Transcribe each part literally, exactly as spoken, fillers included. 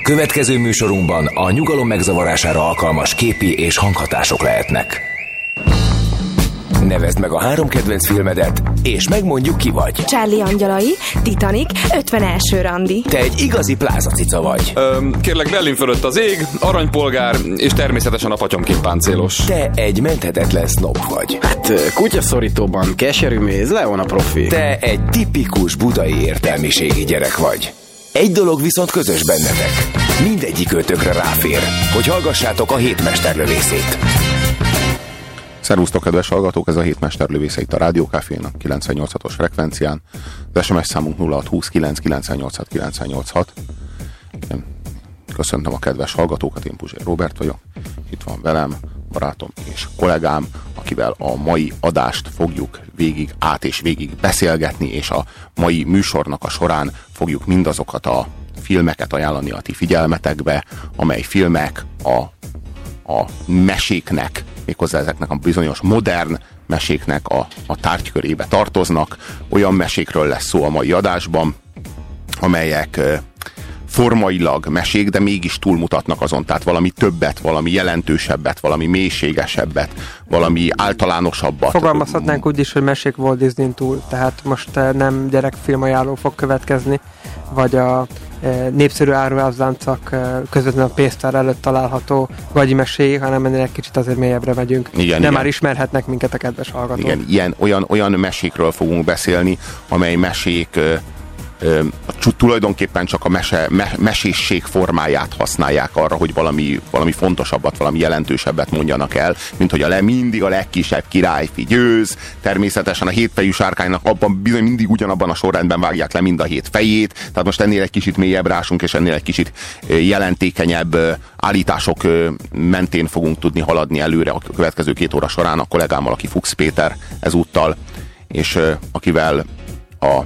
Következő műsorunkban a nyugalom megzavarására alkalmas képi és hanghatások lehetnek. Nevezd meg a három kedvenc filmedet, és megmondjuk, ki vagy. Charlie angyalai, Titanic, ötveneelső randi. Te egy igazi plázacica vagy. Öm, kérlek, Berlin fölött az ég, aranypolgár, és természetesen a patyomként páncélos. Te egy menthetetlen sznob vagy. Hát kutyaszorítóban keserű méz, Leon a profi. Te egy tipikus budai értelmiségi gyerek vagy. Egy dolog viszont közös bennetek. Mindegyik ötökre ráfér, hogy hallgassátok a hét mesterlövészét. Szervusztok, kedves hallgatók, ez a hét mesterlövésze itt a Rádiókafén, a kilencvennyolc hatos frekvencián. Az es em es számunk nulla hat húsz kilenc kilencvennyolc hat kilencvennyolc. Köszöntöm a kedves hallgatókat, én Puzsér Róbert vagyok. Itt van velem barátom és kollégám, akivel a mai adást fogjuk végig át és végig beszélgetni, és a mai műsornak a során fogjuk mindazokat a filmeket ajánlani a ti figyelmetekbe, amely filmek a, a meséknek, méghozzá ezeknek a bizonyos modern meséknek a, a tárgykörébe tartoznak. Olyan mesékről lesz szó a mai adásban, amelyek formailag mesék, de mégis túlmutatnak azon, tehát valami többet, valami jelentősebbet, valami mélységesebbet, valami általánosabbat. Fogalmazhatnánk úgy is, hogy mesék Walt Disneyn túl, tehát most nem gyerekfilm ajánló fog következni, vagy a népszerű áruházláncok közvetlenül a pénztár előtt található gagyi meséi, hanem ennél egy kicsit azért mélyebbre megyünk. Igen, de igen. Már ismerhetnek minket a kedves hallgatók. Igen, ilyen, olyan, olyan mesékről fogunk beszélni, amely mesék tulajdonképpen csak a mese, me, mesésség formáját használják arra, hogy valami, valami fontosabbat, valami jelentősebbet mondjanak el, mint hogy a le, mindig a legkisebb királyfi győz. Természetesen a hétfejű sárkánynak abban bizony mindig ugyanabban a sorrendben vágják le mind a hét fejét, tehát most ennél egy kicsit mélyebb rásunk, és ennél egy kicsit jelentékenyebb állítások mentén fogunk tudni haladni előre a következő két óra során a kollégámmal, aki Fuchs Péter ezúttal, és akivel a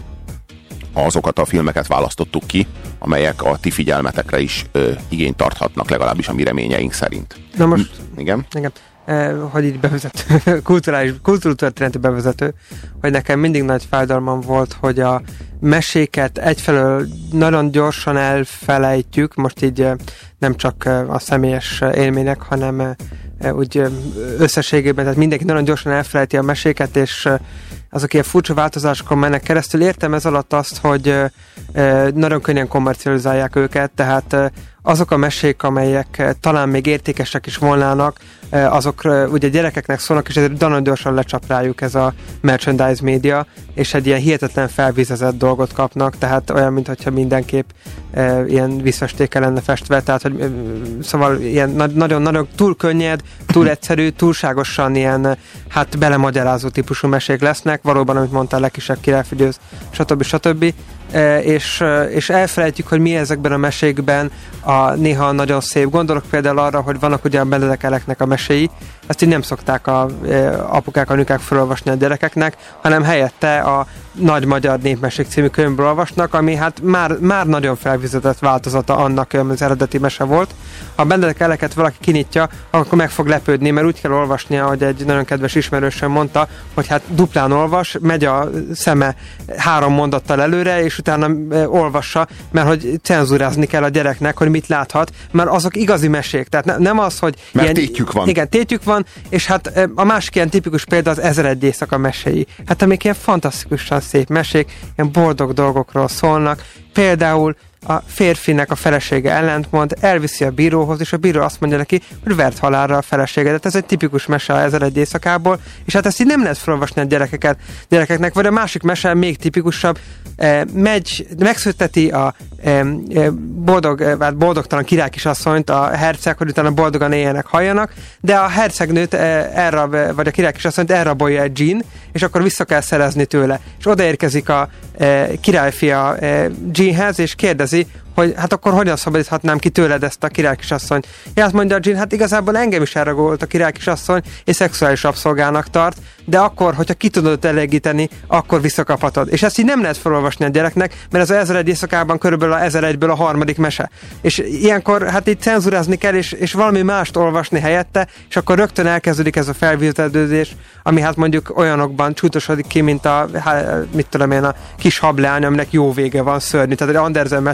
azokat a filmeket választottuk ki, amelyek a ti figyelmetekre is ö, igényt tarthatnak, legalábbis a mi reményeink szerint. Na most, igen? igen. Eh, hogy így bevezető, kulturális, kultúrtörténeti bevezető, hogy nekem mindig nagy fájdalmam volt, hogy a meséket egyfelől nagyon gyorsan elfelejtjük, most így eh, nem csak eh, a személyes élmények, hanem eh, úgy eh, összességében, tehát mindenki nagyon gyorsan elfelejti a meséket, és eh, azok ilyen furcsa változásokon mennek keresztül. Értem ez alatt azt, hogy eh, eh, nagyon könnyen kommercializálják őket, tehát eh, azok a mesék, amelyek talán még értékesek is volnának, azok ugye gyerekeknek szólnak, és ezért nagyon gyorsan lecsap rájuk ez a merchandise média, és egy ilyen hihetetlen felvizezett dolgot kapnak, tehát olyan, mintha mindenképp e, ilyen vízfestéke lenne festve, tehát hogy e, szóval ilyen nagyon-nagyon túl könnyed, túl egyszerű, túlságosan ilyen hát belemagyarázó típusú mesék lesznek, valóban, amit mondtál, legkisebb királyfigyőz, stb. stb. E, és, és elfelejtjük, hogy mi ezekben a mesékben a néha nagyon szép. Gondolok például arra, hogy vannak ugye a Benedek Eleknek a meséi, ezt így nem szokták a e, apukák, anyukák felolvasni a gyerekeknek, hanem helyette a Nagy Magyar Népmesék című könyvből olvasnak, ami hát már, már nagyon felvizetett változata annak, ami az eredeti mese volt. Ha a Benedek Eleket valaki kinyitja, akkor meg fog lepődni, mert úgy kell olvasnia, hogy egy nagyon kedves ismerősöm mondta, hogy hát duplán olvas, megy a szeme három mondattal előre, és utána e, olvassa, mert hogy cenzúrázni kell a gyereknek, hogy mit láthat, mert azok igazi mesék. Tehát ne, nem az, hogy mert ilyen, tétjük van. Igen, tétjük van, és hát a másik ilyen tipikus példa az Ezeregy éjszaka meséi. Hát amik ilyen fantasztikusan szép mesék, ilyen boldog dolgokról szólnak. Például a férfinek a felesége ellentmond, elviszi a bíróhoz, és a bíró azt mondja neki, hogy vert halálra a feleségedet. Ez egy tipikus mese Ezeregy éjszakából, és hát ezt így nem lehet felolvasni a gyerekeket, gyerekeknek, vagy a másik mese még tipikusabb, e, megy, megszülteti a e, boldog, e, boldogtalan királykisasszonyt a herceg, hogy utána boldogan éljenek, halljanak, de a hercegnőt e, elrab, vagy a királykisasszonyt elrabolja egy dzsin, és akkor vissza kell szerezni tőle. És odaérkezik a e, királyfia e, dzsinhez, és kérdezi, hogy hát akkor hogyan szabadíthatnám ki tőled ezt a királykisasszonyt. Ja, azt mondja a dzsin, hát igazából engem is elragolt a királykisasszony, és szexuális rabszolgának tart, de akkor, hogyha ki tudod elégíteni, akkor visszakaphatod. És ezt így nem lehet felolvasni a gyereknek, mert ez az Ezeregy éjszakában körülbelül a ezeregyből a harmadik mese. És ilyenkor hát így cenzúrázni kell, és, és valami mást olvasni helyette, és akkor rögtön elkezdődik ez a felvizetődés, ami hát mondjuk olyanokban csútosodik ki, mint a, hát, mit tudom én, a kis hableány, aminek jó vége van, szörnyű. Tehát egy Andersen mesének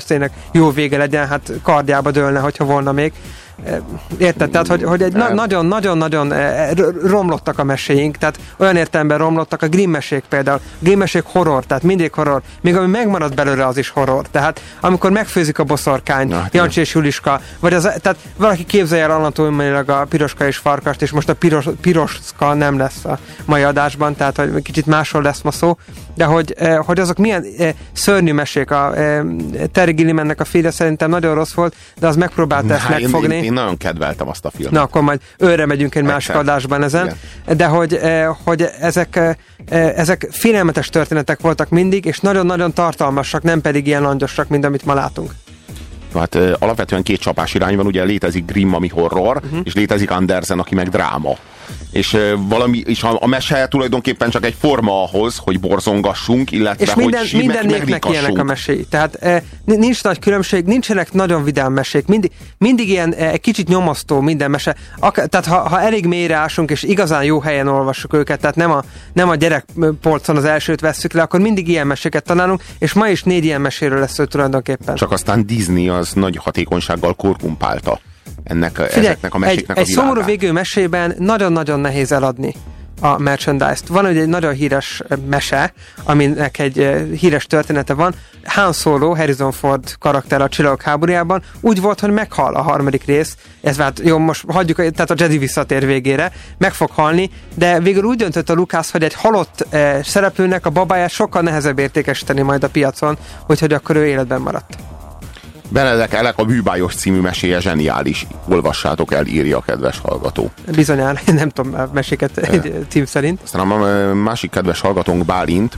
jó vége legyen, hát kardjába dőlne, hogyha volna még. Érted? Tehát, hogy, hogy egy na- nagyon-nagyon-nagyon romlottak a meséink, tehát olyan értelemben romlottak a Grimm mesék például. A Grimm mesék horror, tehát mindig horror. Még ami megmarad belőle, az is horror. Tehát amikor megfőzik a boszorkányt, na, Jancsi és Juliska, vagy az, tehát valaki képzelje el anatómiailag a Piroska és Farkast, és most a piros, Piroska nem lesz a mai adásban, tehát hogy kicsit máshol lesz ma szó, de hogy, hogy azok milyen szörnyű mesék. A Terry Gilliamnek a félre szerintem nagyon rossz volt, de az megpróbálta ezt megfogni. Én, én nagyon kedveltem azt a filmet. Na, akkor majd őre megyünk egy másik adásban ezen. Igen. De hogy, eh, hogy ezek, eh, ezek félelmetes történetek voltak mindig, és nagyon-nagyon tartalmasak, nem pedig ilyen langyosak, mint amit ma látunk. Hát eh, alapvetően két csapás irány van, ugye létezik Grimm, ami horror, uh-huh. és létezik Andersen, aki meg dráma. És, uh, valami, és a, a mese tulajdonképpen csak egy forma ahhoz, hogy borzongassunk, illetve és minden, hogy minden népnek ilyenek a meséi. Tehát eh, nincs nagy különbség, nincsenek nagyon vidám mesék, mindig, mindig ilyen eh, kicsit nyomasztó minden mese. Ak- tehát ha, ha elég mélyre ásunk, és igazán jó helyen olvassuk őket, tehát nem a, nem a gyerekpolcon az elsőt vesszük le, akkor mindig ilyen meséket találunk, és ma is négy ilyen meséről lesz szó tulajdonképpen. Csak aztán Disney az nagy hatékonysággal korrumpálta ennek, Figyelj, ezeknek a meséknek egy, a egy szomorú végű mesében nagyon-nagyon nehéz eladni a merchandise-t. Van ugye egy nagyon híres mese, aminek egy híres története van. Han Solo, Harrison Ford karakter a Csillagok háborújában úgy volt, hogy meghal a harmadik rész. Ez vált, jó, most hagyjuk, tehát a Jedi visszatér végére, meg fog halni, de végül úgy döntött a Lucas, hogy egy halott eh, szereplőnek a babáját sokkal nehezebb értékesíteni majd a piacon, úgyhogy akkor ő életben maradt. Benedek Elek a Bűbájos című meséje zseniális. Olvassátok el, írja a kedves hallgató. Bizonyára, nem tudom a meséket cím szerint. Aztán a másik kedves hallgatónk Bálint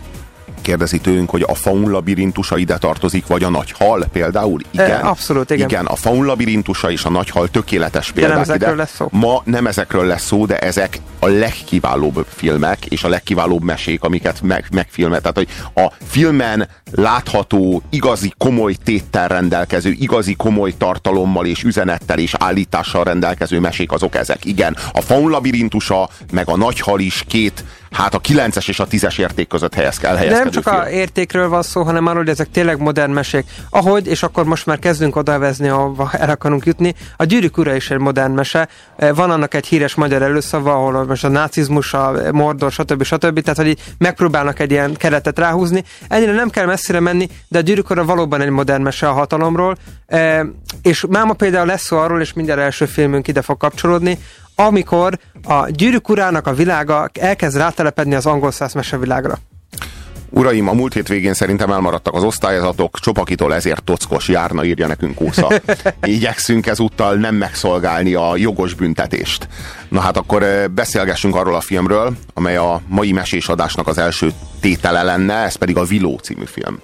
kérdezi tőlünk, hogy a faun labirintusa ide tartozik, vagy a nagy hal például? Igen. E, abszolút, igen. Igen, a faun labirintusa és a nagy hal tökéletes példák. De nem ezekről ide. lesz szó. Ma nem ezekről lesz szó, de ezek a legkiválóbb filmek, és a legkiválóbb mesék, amiket meg, megfilmet. Tehát, hogy a filmen látható, igazi komoly téttel rendelkező, igazi komoly tartalommal és üzenettel és állítással rendelkező mesék, azok ezek. Igen, a faun labirintusa, meg a nagy hal is két, hát a kilences és a tízes érték között helyez, elhelyezkedő nem csak film. A értékről van szó, hanem arról, hogy ezek tényleg modern mesék. Ahogy, és akkor most már kezdünk odavezni, ahova el akarunk jutni. A Gyűrűk ura is egy modern mese. Van annak egy híres magyar előszava, ahol most a nácizmus, a Mordor, stb. stb. Tehát, hogy így megpróbálnak egy ilyen keretet ráhúzni. Ennyire nem kell messzire menni, de a Gyűrűk ura valóban egy modern mese a hatalomról. E, és máma például lesz szó arról, és mindjárt első filmünk ide fog kapcsolódni, amikor a Gyűrűk urának a világa elkezd rátelepedni az angol száz mesevilágra. Uraim, a múlt hét végén szerintem elmaradtak az osztályzatok, Csopakitól ezért tockos járna, írja nekünk Kósza. Igyekszünk ezúttal nem megszolgálni a jogos büntetést. Na hát akkor beszélgessünk arról a filmről, amely a mai mesés adásnak az első tétele lenne, ez pedig a Willow című film.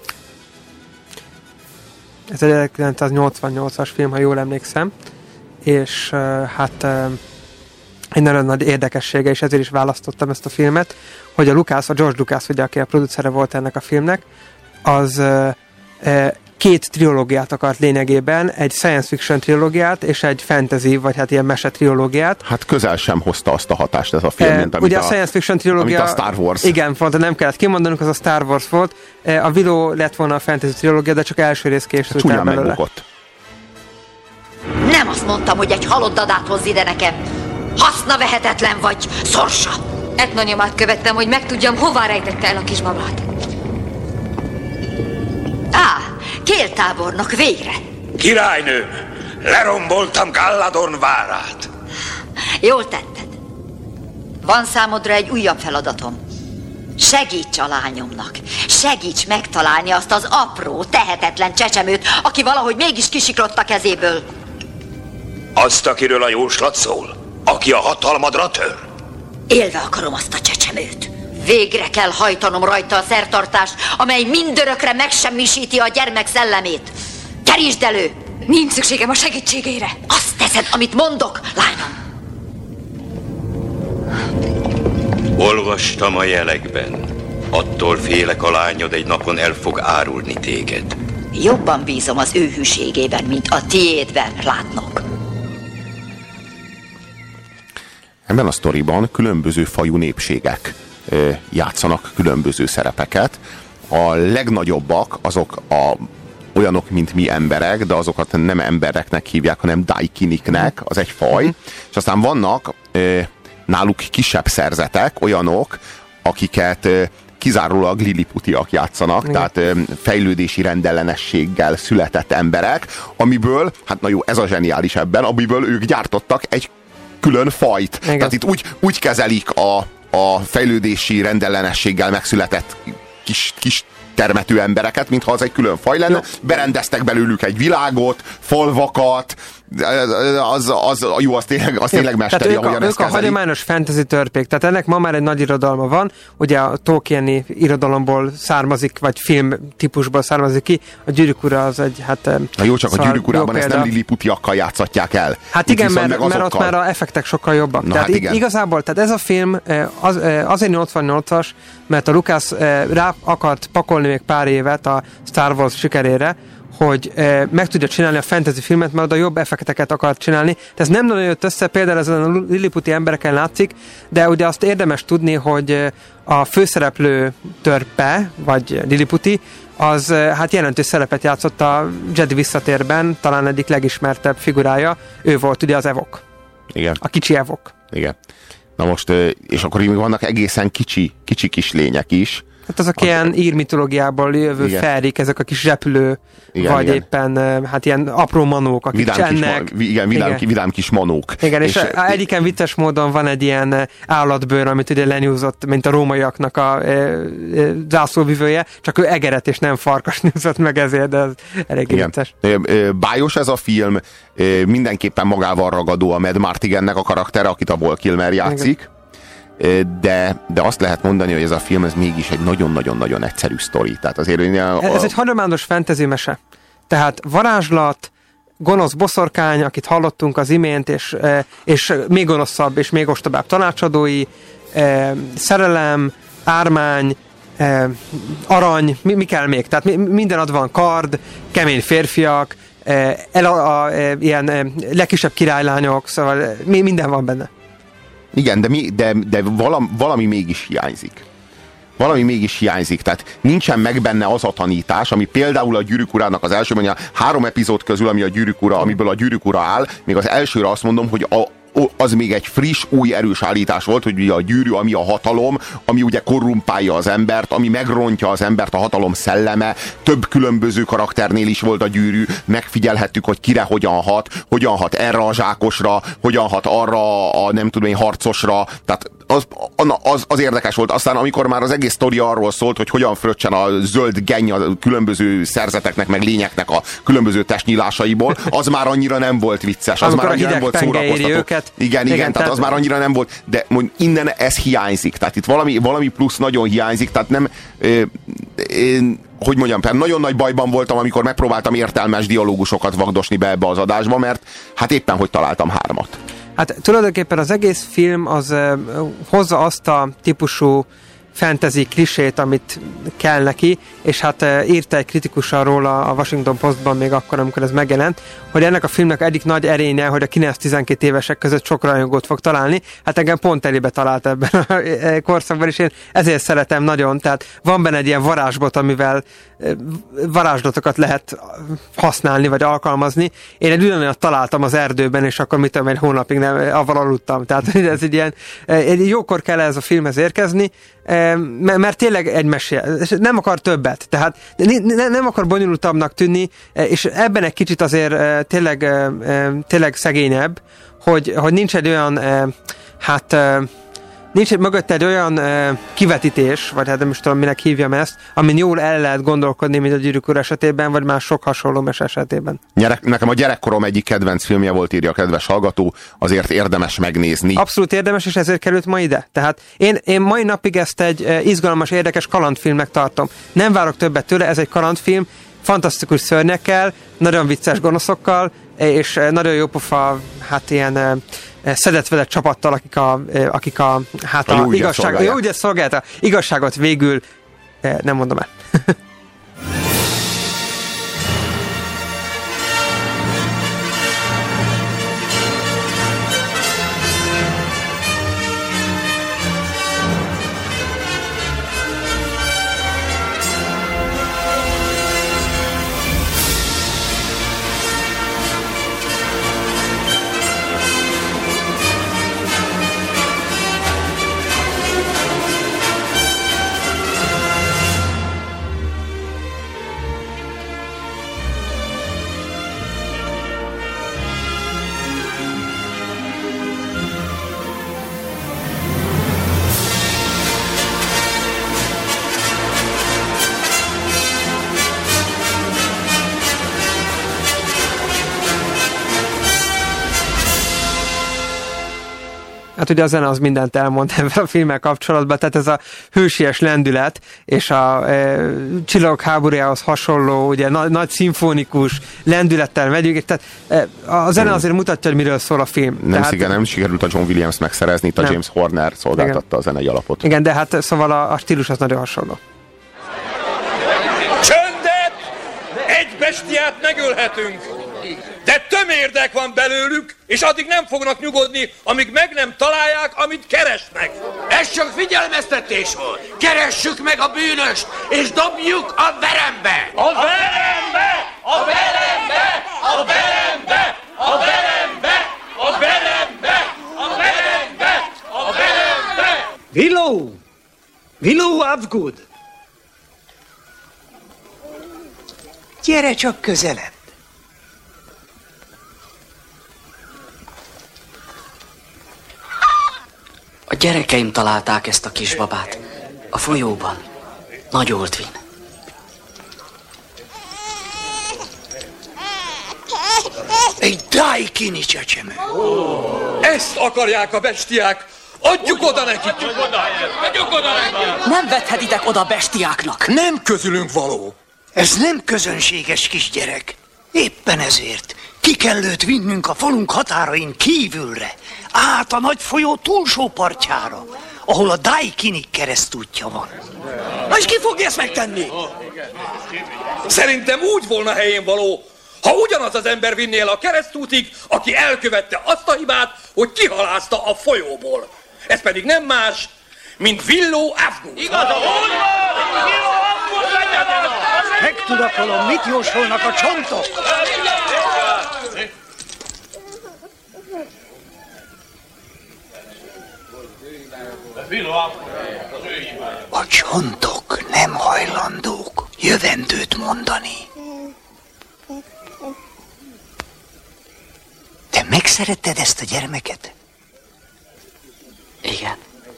Ez egy ezerkilencszáznyolcvannyolcas film, ha jól emlékszem, és hát egy nagyon nagy érdekessége, és ezért is választottam ezt a filmet, hogy a Lucas, a George Lucas, ugye, aki a producere volt ennek a filmnek, az e, e, két trilógiát akart lényegében, egy science fiction trilógiát, és egy fantasy, vagy hát ilyen mese trilógiát. Hát közel sem hozta azt a hatást ez a film, e, mint amit ugye a, a science fiction trilógia, amit a Star Wars. Igen, fontos, nem kellett kimondanunk, az a Star Wars volt. E, a Willow lett volna a fantasy trilógia, de csak első rész készült el belőle. Megbukott. Nem azt mondtam, hogy egy halott dadát hozz ide nekem. Hasznavehetetlen vagy, szorsa! Etnonyomát követtem, hogy megtudjam, hová rejtette el a kisbabát. Á, Kéltábornok, végre! Királynőm, leromboltam Galladorn várát. Jól tetted. Van számodra egy újabb feladatom. Segíts a lányomnak. Segíts megtalálni azt az apró, tehetetlen csecsemőt, aki valahogy mégis kisiklott a kezéből. Azt, akiről a jóslat szól, aki a hatalmadra tör. Élve akarom azt a csecsemőt. Végre kell hajtanom rajta a szertartást, amely mindörökre megsemmisíti a gyermek szellemét. Terítsd elő! Nincs szükségem a segítségére. Azt teszed, amit mondok, lányom. Olvastam a jelekben. Attól félek, a lányod egy napon el fog árulni téged. Jobban bízom az ő hűségében, mint a tiédben, látnok. Ebben a sztoriban különböző fajú népségek ö, játszanak különböző szerepeket. A legnagyobbak azok a olyanok, mint mi emberek, de azokat nem embereknek hívják, hanem daikiniknek, az egy faj. És aztán vannak ö, náluk kisebb szerzetek, olyanok, akiket ö, kizárólag liliputiak játszanak, igen. Tehát ö, fejlődési rendellenességgel született emberek, amiből, hát na jó, ez a zseniális ebben, amiből ők gyártottak egy külön fajt. Igen. Tehát itt úgy, úgy kezelik a, a fejlődési rendellenességgel megszületett kis, kis termető embereket, mintha az egy külön faj lenne. Jó. Berendeztek belőlük egy világot, falvakat, az, az, jó, az tényleg, az tényleg mesteri, ahogyan ezt ők a hagyományos fantasy törpék, tehát ennek ma már egy nagy irodalma van, ugye a Tolkieni irodalomból származik, vagy film típusból származik ki, a Gyűrűk ura az egy, hát... Na jó, csak szóval a Gyűrűk urában ezt nem liliputiakkal játszatják el. Hát igen, mert, mert ott már a effektek sokkal jobbak. Na, tehát hát igen. Igazából, tehát ez a film az, azért nyolcvannyolcas, mert a Lucas rá akart pakolni még pár évet a Star Wars sikerére, hogy e, meg tudja csinálni a fantasy filmet, mert oda jobb effekteket akart csinálni. De ez nem nagyon jött össze, például ezen a liliputi embereken látszik, de ugye azt érdemes tudni, hogy a főszereplő törpe, vagy liliputi, az hát jelentős szerepet játszott a Jedi visszatérben, talán egyik legismertebb figurája. Ő volt ugye az Evok. Igen. A kicsi Evok. Igen. Na most, és akkor még vannak egészen kicsi, kicsi kis lények is. Hát azok az ilyen ír mitológiából jövő ferik, ezek a kis repülő, igen, vagy igen. éppen hát ilyen apró manók, akik vidám csennek. Kis, igen, vidám, igen. vidám kis manók. Igen, és, és egyiken vicces módon van egy ilyen állatbőr, amit ugye lenyúzott, mint a rómaiaknak a e, e, zászlóvivője, csak ő egeret és nem farkas nyúzott meg ezért, de ez elég vicces. Bájos ez a film, mindenképpen magával ragadó a Mad Martigannek a karaktere, akit a Val Kilmer játszik. Igen. De, de azt lehet mondani, hogy ez a film ez mégis egy nagyon-nagyon-nagyon egyszerű sztori. Tehát azért, a, a... Ez egy hagyományos fantasy mese. Tehát varázslat, gonosz boszorkány, akit hallottunk az imént, és, és még gonoszabb és még ostobább tanácsadói, szerelem, ármány, arany, mi, mi kell még? Tehát minden ad van, kard, kemény férfiak, el, a, a, ilyen legkisebb királylányok, szóval minden van benne. Igen, de, mi, de, de valami, valami mégis hiányzik. Valami mégis hiányzik. Tehát nincsen meg benne az a tanítás, ami például a Gyűrűk urának az első, mondja, három epizód közül, ami a Gyűrűk ura, amiből a Gyűrűk ura áll, még az elsőre azt mondom, hogy a, az még egy friss, új erős állítás volt, hogy ugye a gyűrű, ami a hatalom, ami ugye korrumpálja az embert, ami megrontja az embert, a hatalom szelleme. Több különböző karakternél is volt a gyűrű, megfigyelhettük, hogy kire hogyan hat, hogyan hat erre a zsákosra, hogyan hat arra a nem tudom én harcosra, tehát az, az, az érdekes volt. Aztán amikor már az egész sztori arról szólt, hogy hogyan fröccsen a zöld genny a különböző szerzeteknek, meg lényeknek a különböző testnyílásaiból, az már annyira nem volt vicces, az amikor már annyira nem volt szórakoztató. Őket. Igen, igen, igen, tehát az már annyira nem volt, de innen ez hiányzik, tehát itt valami, valami plusz nagyon hiányzik, tehát nem, ö, én, hogy mondjam, például nagyon nagy bajban voltam, amikor megpróbáltam értelmes dialógusokat vagdosni be ebbe az adásba, mert hát éppen hogy találtam hármat. Hát tulajdonképpen az egész film az uh, hozza azt a típusú fantasy klisét, amit kell neki, és hát uh, írta egy kritikusan róla a Washington Postban még akkor, amikor ez megjelent, hogy ennek a filmnek egyik nagy erénye, hogy a kilenc-tizenkét évesek között sok rajongót fog találni. Hát engem pont elébe talált ebben a korszakban, és én ezért szeretem nagyon. Tehát van benne egy ilyen varázsbot, amivel varázslatokat lehet használni, vagy alkalmazni. Én egy ugyanolyat találtam az erdőben, és akkor mit tudom, egy hónapig nem, avval aludtam. Tehát ez egy ilyen, egy jókor kell ez a filmhez érkezni, mert tényleg egy mesél. Nem akar többet. Tehát nem akar bonyolultabbnak tűnni, és ebben egy kicsit azért tényleg, tényleg szegényebb, hogy, hogy nincs egy olyan, hát nincs egy mögötte egy olyan kivetítés, vagy hát nem is tudom, minek hívjam ezt, amin jól el lehet gondolkodni, mint a Gyűrűk ura esetében, vagy más sok hasonló mes esetében. Gyerek, nekem a gyerekkorom egyik kedvenc filmje volt, írja a kedves hallgató, azért érdemes megnézni. Abszolút érdemes, és ezért került ma ide. Tehát én, én mai napig ezt egy izgalmas, érdekes kalandfilmnek tartom. Nem várok többet tőle, ez egy kalandfilm, fantasztikus szörnyekkel, nagyon vicces gonoszokkal, és nagyon jó pofa, hát ilyen szedett-vedett csapattal, akik a, akik a, hát a, a igazság, jó ügyet szolgált, a igazságot végül nem mondom el. Hát ugye a zene az mindent elmond ebben a filmmel kapcsolatban, tehát ez a hősies lendület, és a e, Csillagok háborújához hasonló, ugye na, nagy szimfonikus lendülettel megyünk, tehát e, a zene azért mutatja, hogy miről szól a film. Nem, tehát, igen, nem sikerült a John Williams megszerezni, itt a nem. James Horner szolgáltatta igen. a zenei alapot. Igen, de hát szóval a, a stílus az nagyon hasonló. Csöndet! Egy bestiát megölhetünk! De tömérdek van belőlük, és addig nem fognak nyugodni, amíg meg nem találják, amit keresnek. Ez csak figyelmeztetés volt. Keressük meg a bűnöst, és dobjuk a verembe! A verembe! A verembe! A verembe! A verembe! A verembe! A verembe! A verembe! Willow! Willow Avgood! Gyere csak közelebb! A gyerekeim találták ezt a kisbabát. A folyóban. Nagy Oldvin. Egy Daikini csecsemő. Ezt akarják a bestiák. Adjuk oda nekik! Adjuk oda, Adjuk oda nekik! Nem vethetitek oda bestiáknak. Nem közülünk való. Ez nem közönséges kisgyerek. Éppen ezért ki kell őt vinnünk a falunk határain kívülre, át a nagy folyó túlsó partjára, ahol a Daikinik keresztútja van. Na és ki fogja ezt megtenni? Szerintem úgy volna helyén való, ha ugyanaz az ember vinné el a keresztútig, aki elkövette azt a hibát, hogy kihalázta a folyóból. Ez pedig nem más, mint Willow Avgood. Igazad, úgy van! Willow Avgood legyen! Megtudakolom, mit jósolnak a csontok? A csontok nem hajlandók jövendőt mondani. Te megszeretted ezt a gyermeket? Igen.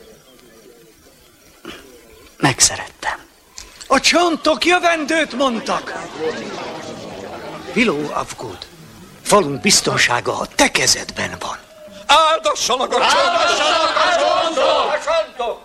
Megszerettem. A csontok jövendőt mondtak! Willow Avgood, falunk biztonsága a te kezedben van. Áldassanak a csontok!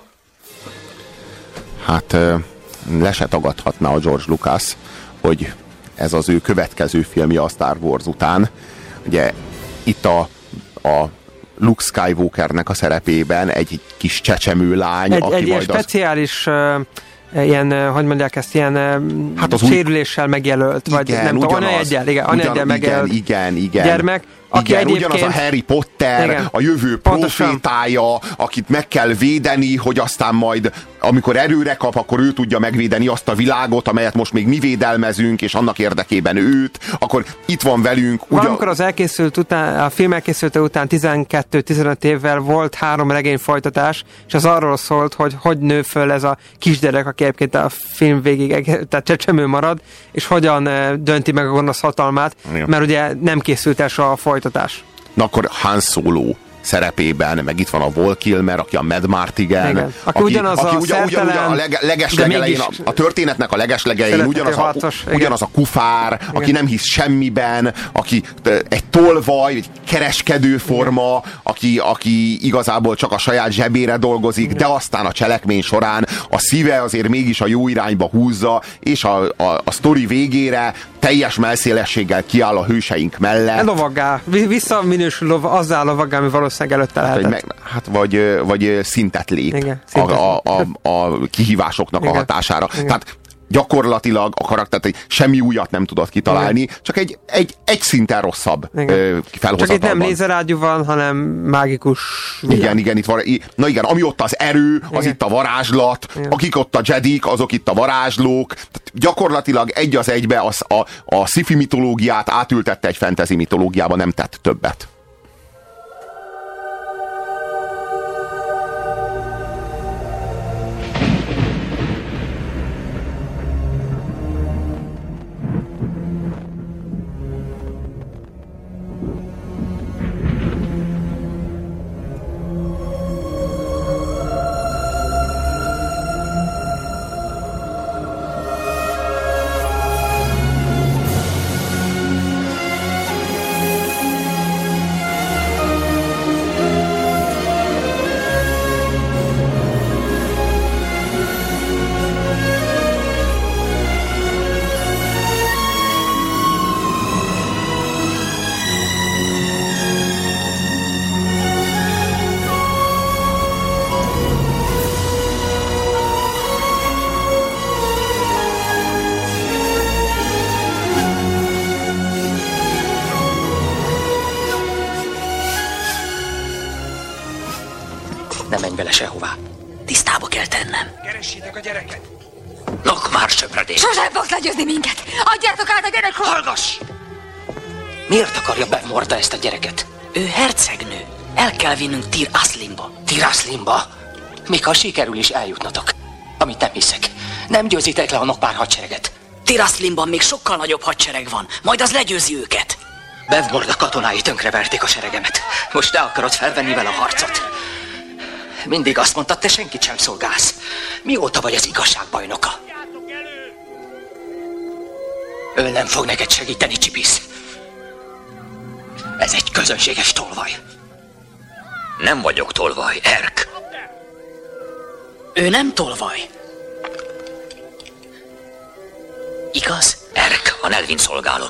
Hát le se tagadhatná a George Lucas, hogy ez az ő következő filmje a Star Wars után. Ugye itt a, a Luke Skywalkernek a szerepében egy kis csecsemő lány, egy, aki egy majd ilyen speciális uh, ilyen, hogy mondják ezt, ilyen hát az sérüléssel új... megjelölt, vagy igen, nem tudom, anyajeggyel, igen, anyajeggyel megjelölt igen, igen, gyermek, aki igen, egyébként... ugyanaz a Harry Potter, igen, a jövő profétája, akit meg kell védeni, hogy aztán majd, amikor erőre kap, akkor ő tudja megvédeni azt a világot, amelyet most még mi védelmezünk, és annak érdekében őt, akkor itt van velünk. Valamikor az elkészült után, a film elkészülte után tizenkettő-tizenöt évvel volt három regény folytatás, és az arról szólt, hogy hogy nő föl ez a kisgyerek, aki egyébként a film végig, tehát csecsemő marad, és hogyan dönti meg a gonosz hatalmát, igen, mert ugye nem készült el soha a folytatás. Na akkor Han Solo szerepében, meg itt van a Val Kilmer, aki a Mad Martigan, igen, aki, aki ugyanaz aki a ugyan, ugyan, ugyan a leg, legeslegelején, a, a történetnek a legeslegelején ugyanaz a, ugyanaz a kufár, igen, aki nem hisz semmiben, aki egy tolvaj, egy kereskedő forma, aki, aki igazából csak a saját zsebére dolgozik, igen, de aztán a cselekmény során a szíve azért mégis a jó irányba húzza, és a, a, a sztori végére teljes melszélességgel kiáll a hőseink mellett. Lovaggá, visszaminősül lov, azzá lovaggá, ami valószínűleg előtte lehetett. Hát, meg, hát vagy, vagy szintet lép, igen, szintet a, a, a, a kihívásoknak, igen, a hatására. Igen. Tehát gyakorlatilag a karaktert semmi újat nem tudott kitalálni, igen, csak egy, egy, egy szinten rosszabb felhozatalban. Csak itt nem lézerágyú van, hanem mágikus világ. Igen, igen, itt van, na igen, ami ott az erő, az igen, itt a varázslat, igen, akik ott a jedik, azok itt a varázslók. Tehát gyakorlatilag egy az egybe az, a, a sci-fi mitológiát átültette egy fantasy mitológiába, nem tett többet. Ne menj vele sehová. Tisztába kell tennem. Keressétek a gyereket! Nok már, söpredék! Sosem fogsz legyőzni minket! Adjátok át a gyerekről! Hallgass! Miért akarja Bevmorda ezt a gyereket? Ő hercegnő. El kell vinnünk Tir Aslimba. Tir Aslimba? Még ha sikerül is eljutnatok. Amit nem hiszek. Nem győzitek le a Nokpár hadsereget. Tir Aslimban még sokkal nagyobb hadsereg van. Majd az legyőzi őket. Bevmorda katonái tönkreverték a seregemet. Most te akarod felvenni vele a harcot. Mindig azt mondtad, te senkit sem szolgálsz. Mióta vagy az igazság bajnoka? Ő nem fog neked segíteni, Csipisz. Ez egy közönséges tolvaj. Nem vagyok tolvaj, Erk. Ő nem tolvaj. Igaz? Erk, a Nelvin szolgálom.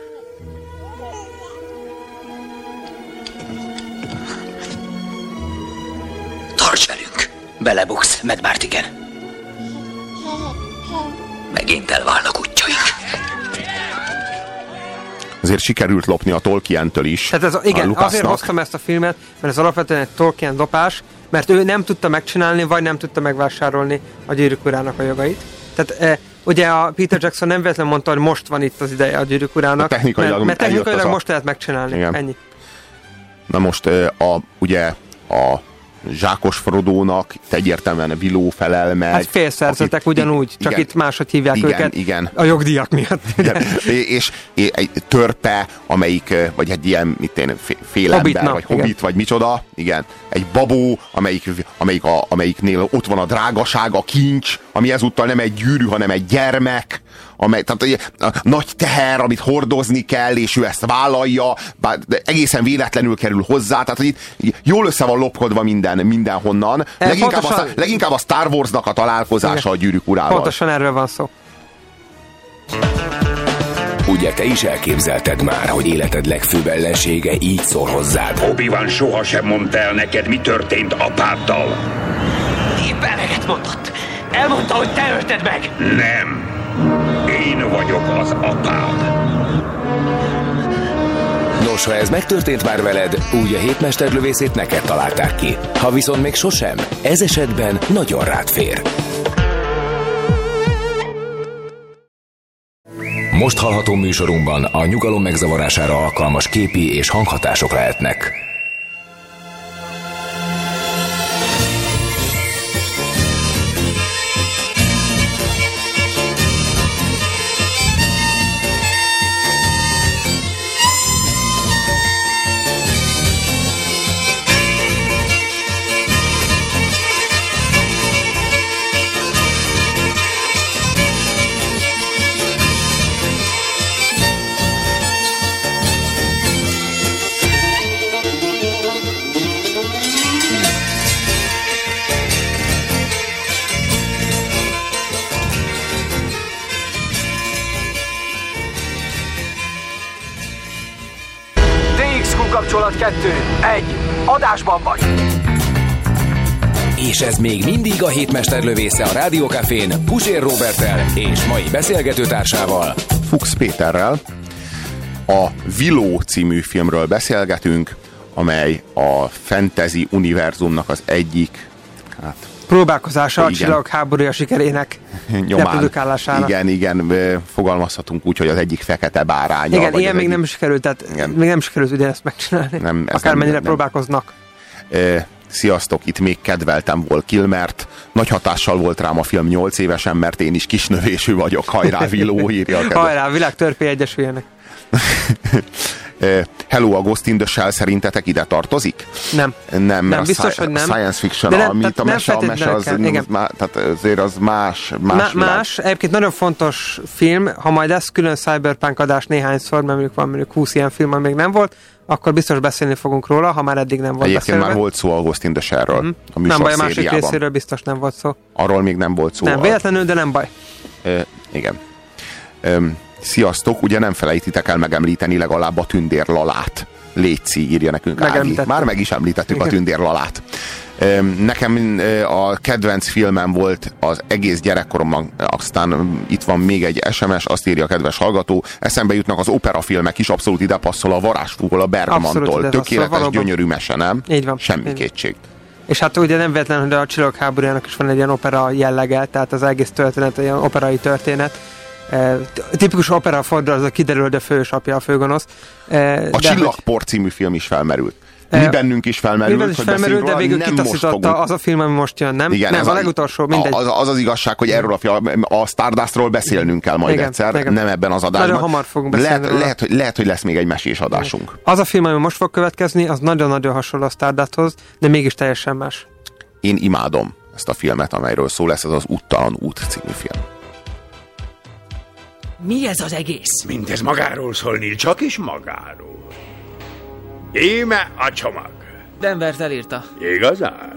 Tarts velünk! Belebuksz, Medmártigen. Megint elválnak útjaink. Azért sikerült lopni a Tolkien-től is. Tehát ez, igen, azért hoztam ezt a filmet, mert ez alapvetően egy Tolkien dopás, mert ő nem tudta megcsinálni, vagy nem tudta megvásárolni a Gyűrűk Urának a jogait. Tehát e, ugye a Peter Jackson nem véletlenül mondta, hogy most van itt az ideje a Gyűrűk Urának, technikailag mert, mert technikailag a... most lehet megcsinálni. Igen. Ennyi. Na most a, ugye a Zsákos Frodónak egyértelműen Viló felel meg. Hát félszerzetek akit, ugyanúgy, csak igen, itt máshogy hívják igen, őket igen. a jogdíjak miatt. és, és egy törpe, amelyik, vagy egy ilyen mit én, félember, Hobbitnak, vagy hobbit, vagy micsoda, igen. Egy babó, amelyik, amelyik a, amelyiknél ott van a drágaság, a kincs, ami ezúttal nem egy gyűrű, hanem egy gyermek, amely, tehát a nagy teher, amit hordozni kell, és ő ezt vállalja, bár egészen véletlenül kerül hozzá, tehát hogy itt jól össze van lopkodva minden, mindenhonnan. E, leginkább, pontosan, a, leginkább a Star Warsnak a találkozása igen, a Gyűrűk Urával. Pontosan erről van szó. Ugye te is elképzelted már, hogy életed legfőbb ellensége így szól hozzád? Obi-Wan sohasem mondta el neked, mi történt apáddal. Épp eleget mondott. Elmondta, hogy te ölted meg. Nem. Én vagyok az apád. Nos, ha ez megtörtént már veled, úgy a hétmesterlövészét neked találták ki. Ha viszont még sosem, ez esetben nagyon rád fér. Most hallható műsorunkban a nyugalom megzavarására alkalmas képi és hanghatások lehetnek. Kapcsolat kettő, egy, adásban vagy! És ez még mindig a hétmesterlövésze a Rádiókafén Puzsér Róberttel és mai beszélgetőtársával, Fuchs Péterrel. A Willow című filmről beszélgetünk, amely a fantasy univerzumnak az egyik hát, próbálkozása a Csillagok háborúja sikerének reprodukálására. Igen, igen, fogalmazhatunk úgy, hogy az egyik fekete báránya. Igen, ilyen még egyik... nem sikerült, tehát igen. még nem sikerült ugye ezt megcsinálni. Nem, ez akármennyire nem, próbálkoznak. E, sziasztok, itt még kedveltem Val Kilmert. Nagy hatással volt rám a film nyolc évesen, mert én is kisnövésű vagyok. Hajrá, Willow, írja a Hajrá, világ törpé egyesüljenek. Hello, a Ghost in the Shell szerintetek ide tartozik? Nem. Nem, nem biztos, hogy nem. Science fiction, nem, amit a mese, a mese az, az, má, tehát azért az más. Más, Má, más. Egyébként nagyon fontos film, ha majd lesz külön Cyberpunk adás néhányszor, mert mondjuk van mondjuk húsz ilyen film, ami még nem volt, akkor biztos beszélni fogunk róla, ha már eddig nem volt Egyébként beszélve. már volt szó a Ghost in the Shell-ről. Mm-hmm. A nem baj, a másik részéről biztos nem volt szó. Arról még nem volt szó. Nem, véletlenül, de nem baj. E, igen. E, Sziasztok, ugye nem felejtitek el megemlíteni legalább a Tündér Lalát. Léci, írja nekünk Ági. Már meg is említettük igen. a Tündér Lalát. Nekem a kedvenc filmem volt az egész gyerekkoromban, aztán itt van még egy es em es, azt írja a kedves hallgató, eszembe jutnak az operafilmek is, abszolút ide passzol a Varázsfúval a Bergmantól. Tökéletes, valóban. Gyönyörű mese, nem? Így van. Semmi így kétség. És hát ugye nem véletlen, hogy a Csillagok háborújának is van egy ilyen opera jellege, tehát az egész történet egy ilyen operai történet. E, tipikus opera fordulat, az a kiderül, hogy a fős apja a főgonosz. E, a Csillagpor hogy... című film is felmerült. Mi bennünk is felmerült, is hogy felmerült, de végül kitaszította az a film, ami most jön, nem? Igen, nem, a, a legutolsó, mindegy. Az, az az igazság, hogy erről a, film, a Stardustról beszélnünk kell majd igen, egyszer, igen. Nem ebben az adásban. Nagyon hamar fogunk beszélni. Lehet, lehet, hogy, lehet, hogy lesz még egy mesés adásunk. Az a film, ami most fog következni, az nagyon-nagyon hasonló a Stardusthoz, de mégis teljesen más. Én imádom ezt a filmet, amelyről szó lesz, ez az Úttalan út című film. Mi ez az egész? Mindez magáról szól, Neil, csak is magáról. Íme a csomag. Denvert elírta. Igazán?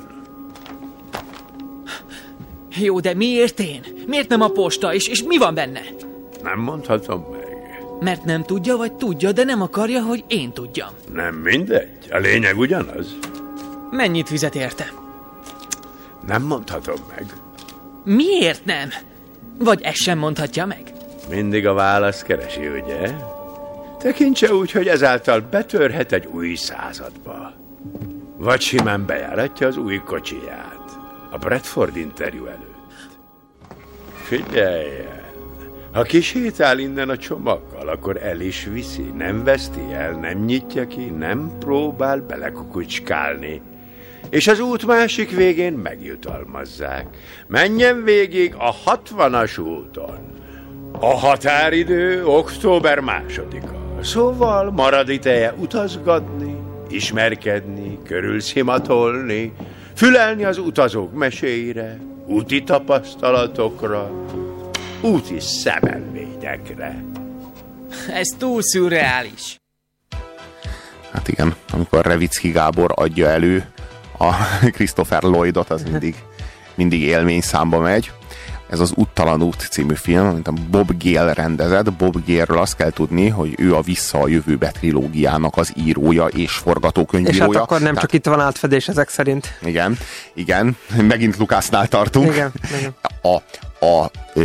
Jó, de miért én? Miért nem a posta? És, és mi van benne? Nem mondhatom meg. Mert nem tudja, vagy tudja, de nem akarja, hogy én tudjam. Nem mindegy. A lényeg ugyanaz. Mennyit fizet érte? Nem mondhatom meg. Miért nem? Vagy ezt sem mondhatja meg? Mindig a választ keresi, ugye? Tekintse úgy, hogy ezáltal betörhet egy új századba. Vagy simán bejáratja az új kocsiját. A Bradford interjú előtt. Figyeljen! Ha kisétál innen a csomaggal, akkor el is viszi. Nem veszti el, nem nyitja ki, nem próbál belekukucskálni. És az út másik végén megjutalmazzák. Menjen végig a hatvanas úton. A határidő október másodika. Szóval marad ideje utazgatni, ismerkedni, körülszimatolni, fülelni az utazók meséire, úti tapasztalatokra, úti szemelvényekre. Ez túl szürreális. Hát igen, amikor Revicki Gábor adja elő a Christopher Lloydot, az mindig, mindig élmény számba megy. Ez az Úttalan út című film, amit a Bob Gale rendezett. Bob Gale-ről azt kell tudni, hogy ő a Vissza a jövőbe trilógiának az írója és forgatókönyvírója. És hát akkor nem Tehát... csak itt van átfedés ezek szerint. Igen, igen. Megint Lukásznál tartunk. Igen, igen. A, a,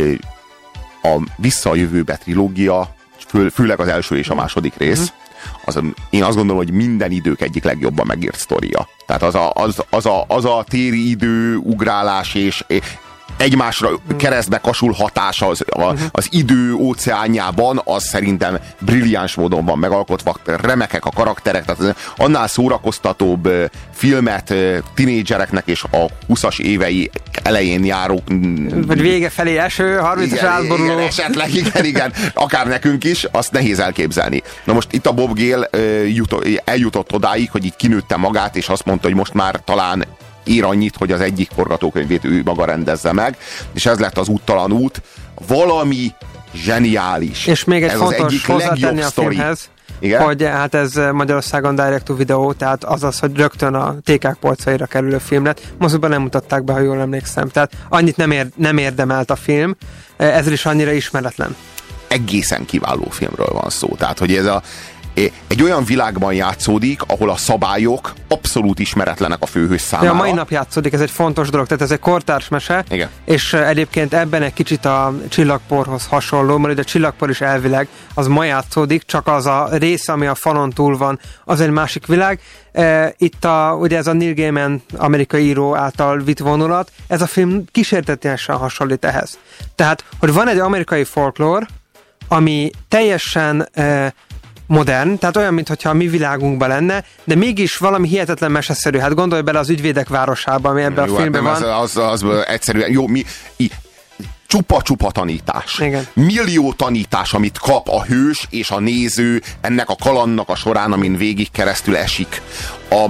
a Vissza a jövőbe trilógia, fő, főleg az első és a második rész, az, én azt gondolom, hogy minden idők egyik legjobban megírt sztoria. Tehát az a, az, az a, az a téri idő, ugrálás és egymásra keresztbe kasul hatása az, a, az idő óceánjában, az szerintem brilliáns módon van megalkotva, remekek a karakterek, tehát annál szórakoztatóbb filmet tinédzsereknek és a huszas évei elején járók... Vagy vége felé eső, harmincas átboruló. Igen, esetleg, igen, igen, akár nekünk is, azt nehéz elképzelni. Na most itt a Bob Gale eljutott odáig, hogy így kinőtte magát, és azt mondta, hogy most már talán ír annyit, hogy az egyik forgatókönyvét ő maga rendezze meg, és ez lett az Úttalan út. Valami zseniális. És még egy ez fontos hozzátenni a filmhez, igen? Hogy hát ez Magyarországon direct to video, tehát azaz, hogy rögtön a té ká polcaira kerülő film lett. Moziban nem mutatták be, ha jól emlékszem. Tehát annyit nem, ér, nem érdemelt a film, ezzel is annyira ismeretlen. Egészen kiváló filmről van szó. Tehát, hogy ez a egy olyan világban játszódik, ahol a szabályok abszolút ismeretlenek a főhős számára. Ja, a mai nap játszódik, ez egy fontos dolog, tehát ez egy kortárs mese, igen. És egyébként ebben egy kicsit a Csillagporhoz hasonló, mert a Csillagpor is elvileg az ma játszódik, csak az a rész, ami a falon túl van, az egy másik világ. Itt a, ugye ez a Neil Gaiman amerikai író által vitt vonulat, ez a film kísértetiesen hasonlít ehhez. Tehát, hogy van egy amerikai folklór, ami teljesen modern, tehát olyan, mintha a mi világunkban lenne, de mégis valami hihetetlen meseszerű. Hát gondolj bele az Ügyvédek városába, ami ebben jó, a filmben hát van. Az, az, az egyszerűen, jó, mi... csupa-csupa tanítás. Igen. Millió tanítás, amit kap a hős és a néző ennek a kalandnak a során, amin végig keresztül esik. A,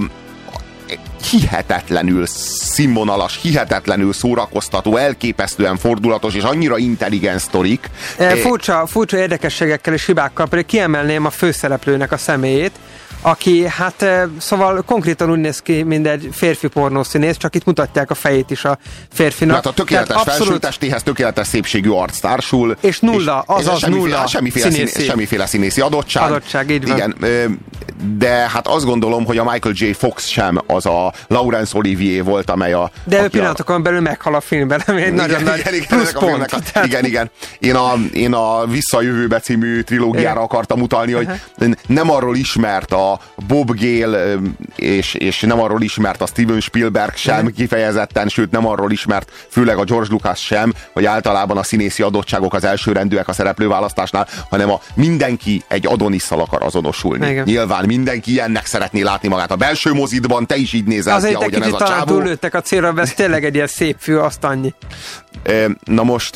hihetetlenül színvonalas, hihetetlenül szórakoztató, elképesztően fordulatos és annyira intelligens sztorik. E, furcsa, furcsa érdekességekkel és hibákkal, pedig kiemelném a főszereplőnek a személyét, aki hát szóval konkrétan úgy néz ki, mint egy férfi pornószínész, csak itt mutatják a fejét is a férfinak. Hát a tökéletes abszolút... felsőtestéhez tökéletes szépségű arc társul. És nulla, és, azaz semmiféle, nulla semmiféle színészi. Szín, semmiféle színészi adottság. Adottság, így van. Igen, de hát azt gondolom, hogy a Michael J. Fox sem az a Laurence Olivier volt, amely a... De ő pillanatokon a... belül meghal a filmben, ami egy igen, nagyon igen, nagy igen, pluszpont. A, igen, igen. Én a, én a Vissza a jövőbe című trilógiára igen. akartam utalni, hogy uh-huh. nem arról ismert a a Bob Gale, és, és nem arról ismert a Steven Spielberg sem kifejezetten, sőt nem arról ismert, főleg a George Lucas sem, hogy általában a színészi adottságok az elsőrendűek a szereplőválasztásnál, hanem a mindenki egy Adonisszal akar azonosulni. Igen. Nyilván mindenki ilyennek szeretné látni magát. A belső mozidban te is így nézel azért ki, ahogyan ez a csávó. Azért túllőttek a célra, ez tényleg egy ilyen szép fű, azt annyi. Na most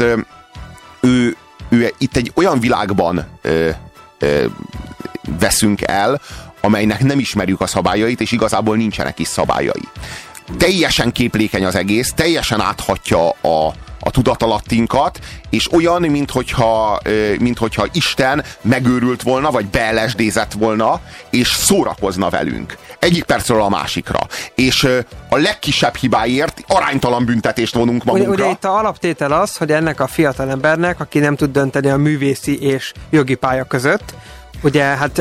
ő, ő itt egy olyan világban ö, ö, veszünk el, amelynek nem ismerjük a szabályait, és igazából nincsenek is szabályai. Teljesen képlékeny az egész, teljesen áthatja a, a tudatalattinkat, és olyan, minthogyha, minthogyha Isten megőrült volna, vagy beelesdézett volna, és szórakozna velünk. Egyik percről a másikra. És a legkisebb hibáért aránytalan büntetést vonunk magunkra. Ugye, ugye itt a alaptétel az, hogy ennek a fiatalembernek, aki nem tud dönteni a művészi és jogi pálya között, ugye hát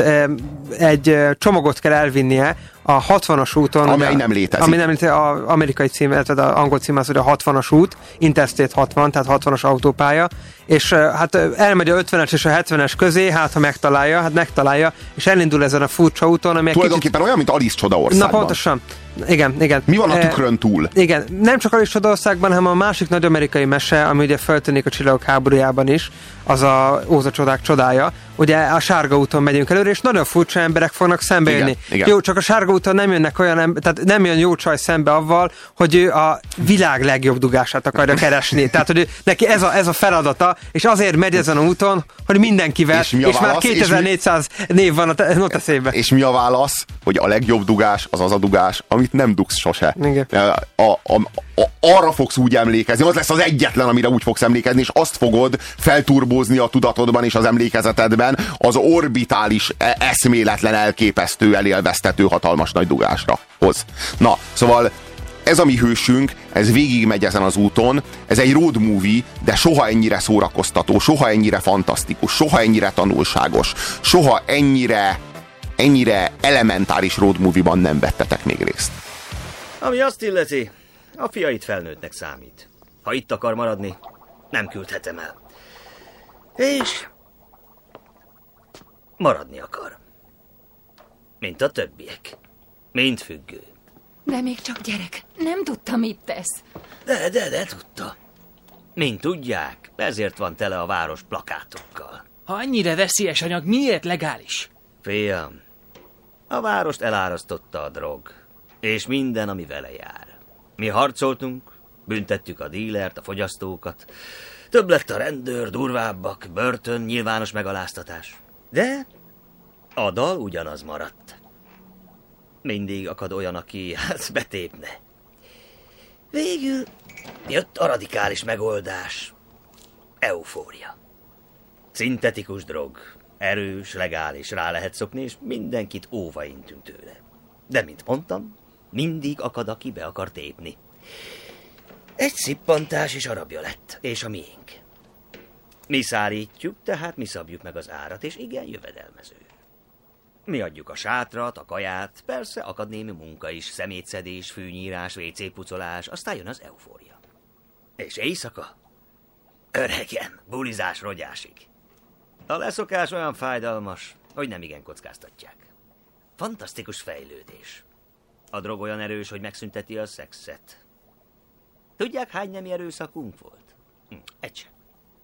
egy csomagot kell elvinnie a hatvanas úton. Amely ugye, nem létezik. Ami nem létezik, az amerikai cím, illetve az angol cím az, hogy a hatvanas út, Interstate hatvan, tehát hatvanas autópálya, és hát elmegy a ötvenes és a hetvenes közé, hát ha megtalálja, hát megtalálja, és elindul ezen a furcsa úton, ami tulajdonképpen kicsit... olyan, mint Alice Csodaországban. Na pontosan. Igen, igen. Mi van a tükrön túl? E, igen, nem csak Alice Csodaországban, hanem a másik nagy amerikai mese, ami ugye feltűnik a Csillagok háborújában is, az a Óza csodák csodája. Ugye a sárga úton megyünk előre, és nagyon furcsa emberek fognak szembe jönni. Jó, csak a sárga úton nem jönnek olyan ember, tehát nem jön jó csaj szembe avval, hogy ő a világ legjobb dugását akarja keresni. Tehát, hogy neki ez a, ez a feladata, és azért megy ezen a úton, hogy mindenkivel, és, és már kétezer-négyszáz és mi... név van a noteszében. És mi a válasz? Hogy a legjobb dugás az az a dugás, amit nem dugsz sose. A, a, a, a, arra fogsz úgy emlékezni, az lesz az egyetlen, amire úgy fogsz emlékezni, és azt fogod felturbózni a tudatodban és az emlékezetedben az orbitális, eszméletlen, elképesztő, elélveztető, hatalmas nagy dugásra hoz. Na, szóval ez a mi hősünk, ez végigmegy ezen az úton, ez egy road movie, de soha ennyire szórakoztató, soha ennyire fantasztikus, soha ennyire tanulságos, soha ennyire ennyire elementáris road movie-ban nem vettetek még részt. Ami azt illeti, a fia itt felnőttnek számít. Ha itt akar maradni, nem küldhetem el. És maradni akar. Mint a többiek. Mint függő. De még csak gyerek. Nem tudta, mit tesz. De, de, de tudta. Mint tudják, ezért van tele a város plakátokkal. Ha ennyire veszélyes anyag, miért legális? Fiam, a várost elárasztotta a drog, és minden, ami vele jár. Mi harcoltunk, büntettük a dílert, a fogyasztókat, több lett a rendőr, durvábbak, börtön, nyilvános megaláztatás. De a dal ugyanaz maradt. Mindig akad olyan, aki hát betépne. Végül jött a radikális megoldás. Eufória. Szintetikus drog. Erős, legális, rá lehet szokni, és mindenkit óva intünk tőle. De, mint mondtam, mindig akad, aki be akar tépni. Egy szippantás is arabja lett, és a miénk. Mi szárítjuk, tehát mi szabjuk meg az árat, és igen, jövedelmező. Mi adjuk a sátrat, a kaját, persze akad némi munka is, szemétszedés, fűnyírás, vé cé pucolás, aztán jön az eufória. És éjszaka? Öregen, bulizás rogyásig. A leszokás olyan fájdalmas, hogy nem igen kockáztatják. Fantasztikus fejlődés. A drog olyan erős, hogy megszünteti a szexet. Tudják, hány nemi erőszakunk volt? Hm, egy sem.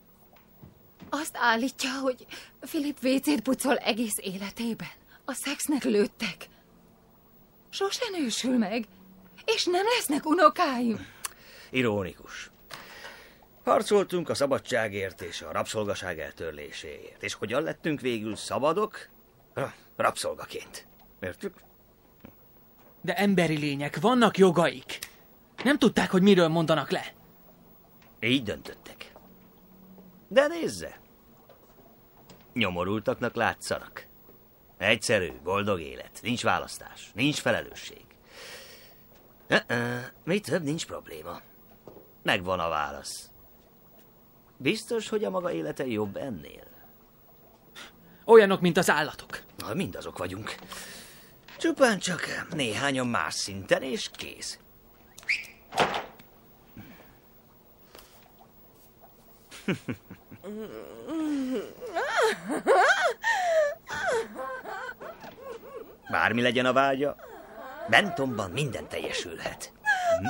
Azt állítja, hogy Philip vé cét pucol egész életében. A szexnek lőttek. Sose nősül meg, és nem lesznek unokáim. Ironikus. Harcoltunk a szabadságért és a rabszolgaság eltörléséért. És hogyan lettünk végül szabadok? Rabszolgaként. Értük? De emberi lények, vannak jogaik. Nem tudták, hogy miről mondanak le. Így döntöttek. De nézze! Nyomorultaknak látszanak. Egyszerű, boldog élet. Nincs választás. Nincs felelősség. Uh-uh. Mi több, nincs probléma. Megvan a válasz. Biztos, hogy a maga élete jobb ennél? Olyanok, mint az állatok. Na, mindazok vagyunk. Csupán csak néhányan más szinten, és kész. Bármi legyen a vágya, Bentonban minden teljesülhet. Hm?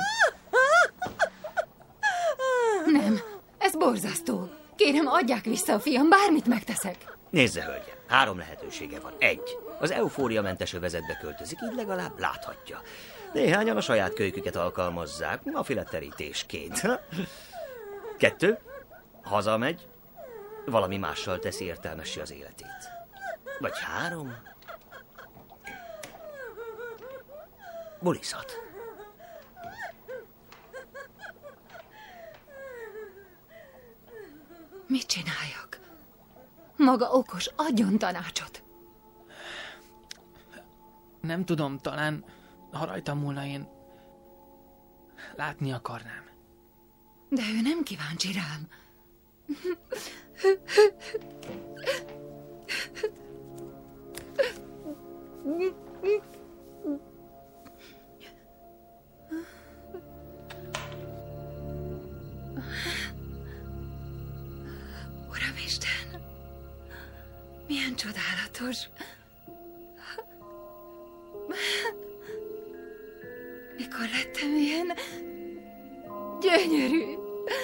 Nem, ez borzasztó. Kérem, adják vissza a fiam, bármit megteszek. Nézze, hölgyem, három lehetősége van. Egy, az eufóriamentes övezetbe költözik, így legalább láthatja. Néhányan a saját kölyküket alkalmazzák, a filetterítésként. Kettő, hazamegy, valami mással teszi értelmessé az életét. Vagy három, bulizhat. Mit csináljak? Maga okos, adjon tanácsot. Nem tudom, talán, ha rajtam múlna, én látni akarnám. De ő nem kíváncsi rám. Uramisten, milyen csodálatos. Mikor lettem ilyen gyönyörű.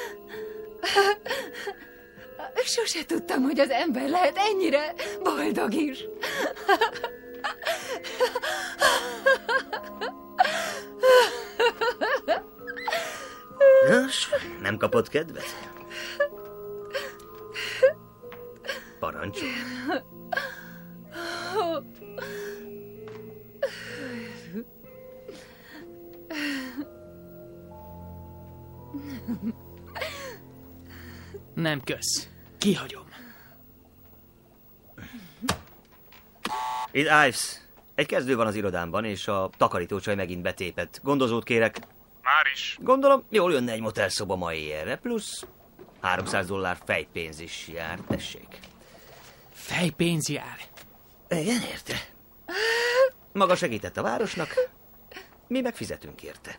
Sose tudtam, hogy az ember lehet ennyire boldog is. Nos, nem kapott kedvet? Parancsol. Nem kösz. Kihagyom. Itt Ives. Egy kezdő van az irodámban, és a takarítócsaj megint betépett. Gondozót kérek. Már is. Gondolom, jól jönne egy motelszoba ma éjjelre, plusz háromszáz dollár fejpénz is jár, tessék. Fejpénz jár? Igen, érte. Maga segített a városnak, mi meg fizetünk érte.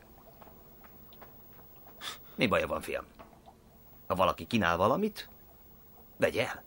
Mi baja van, fiam? Ha valaki kínál valamit, vegye el.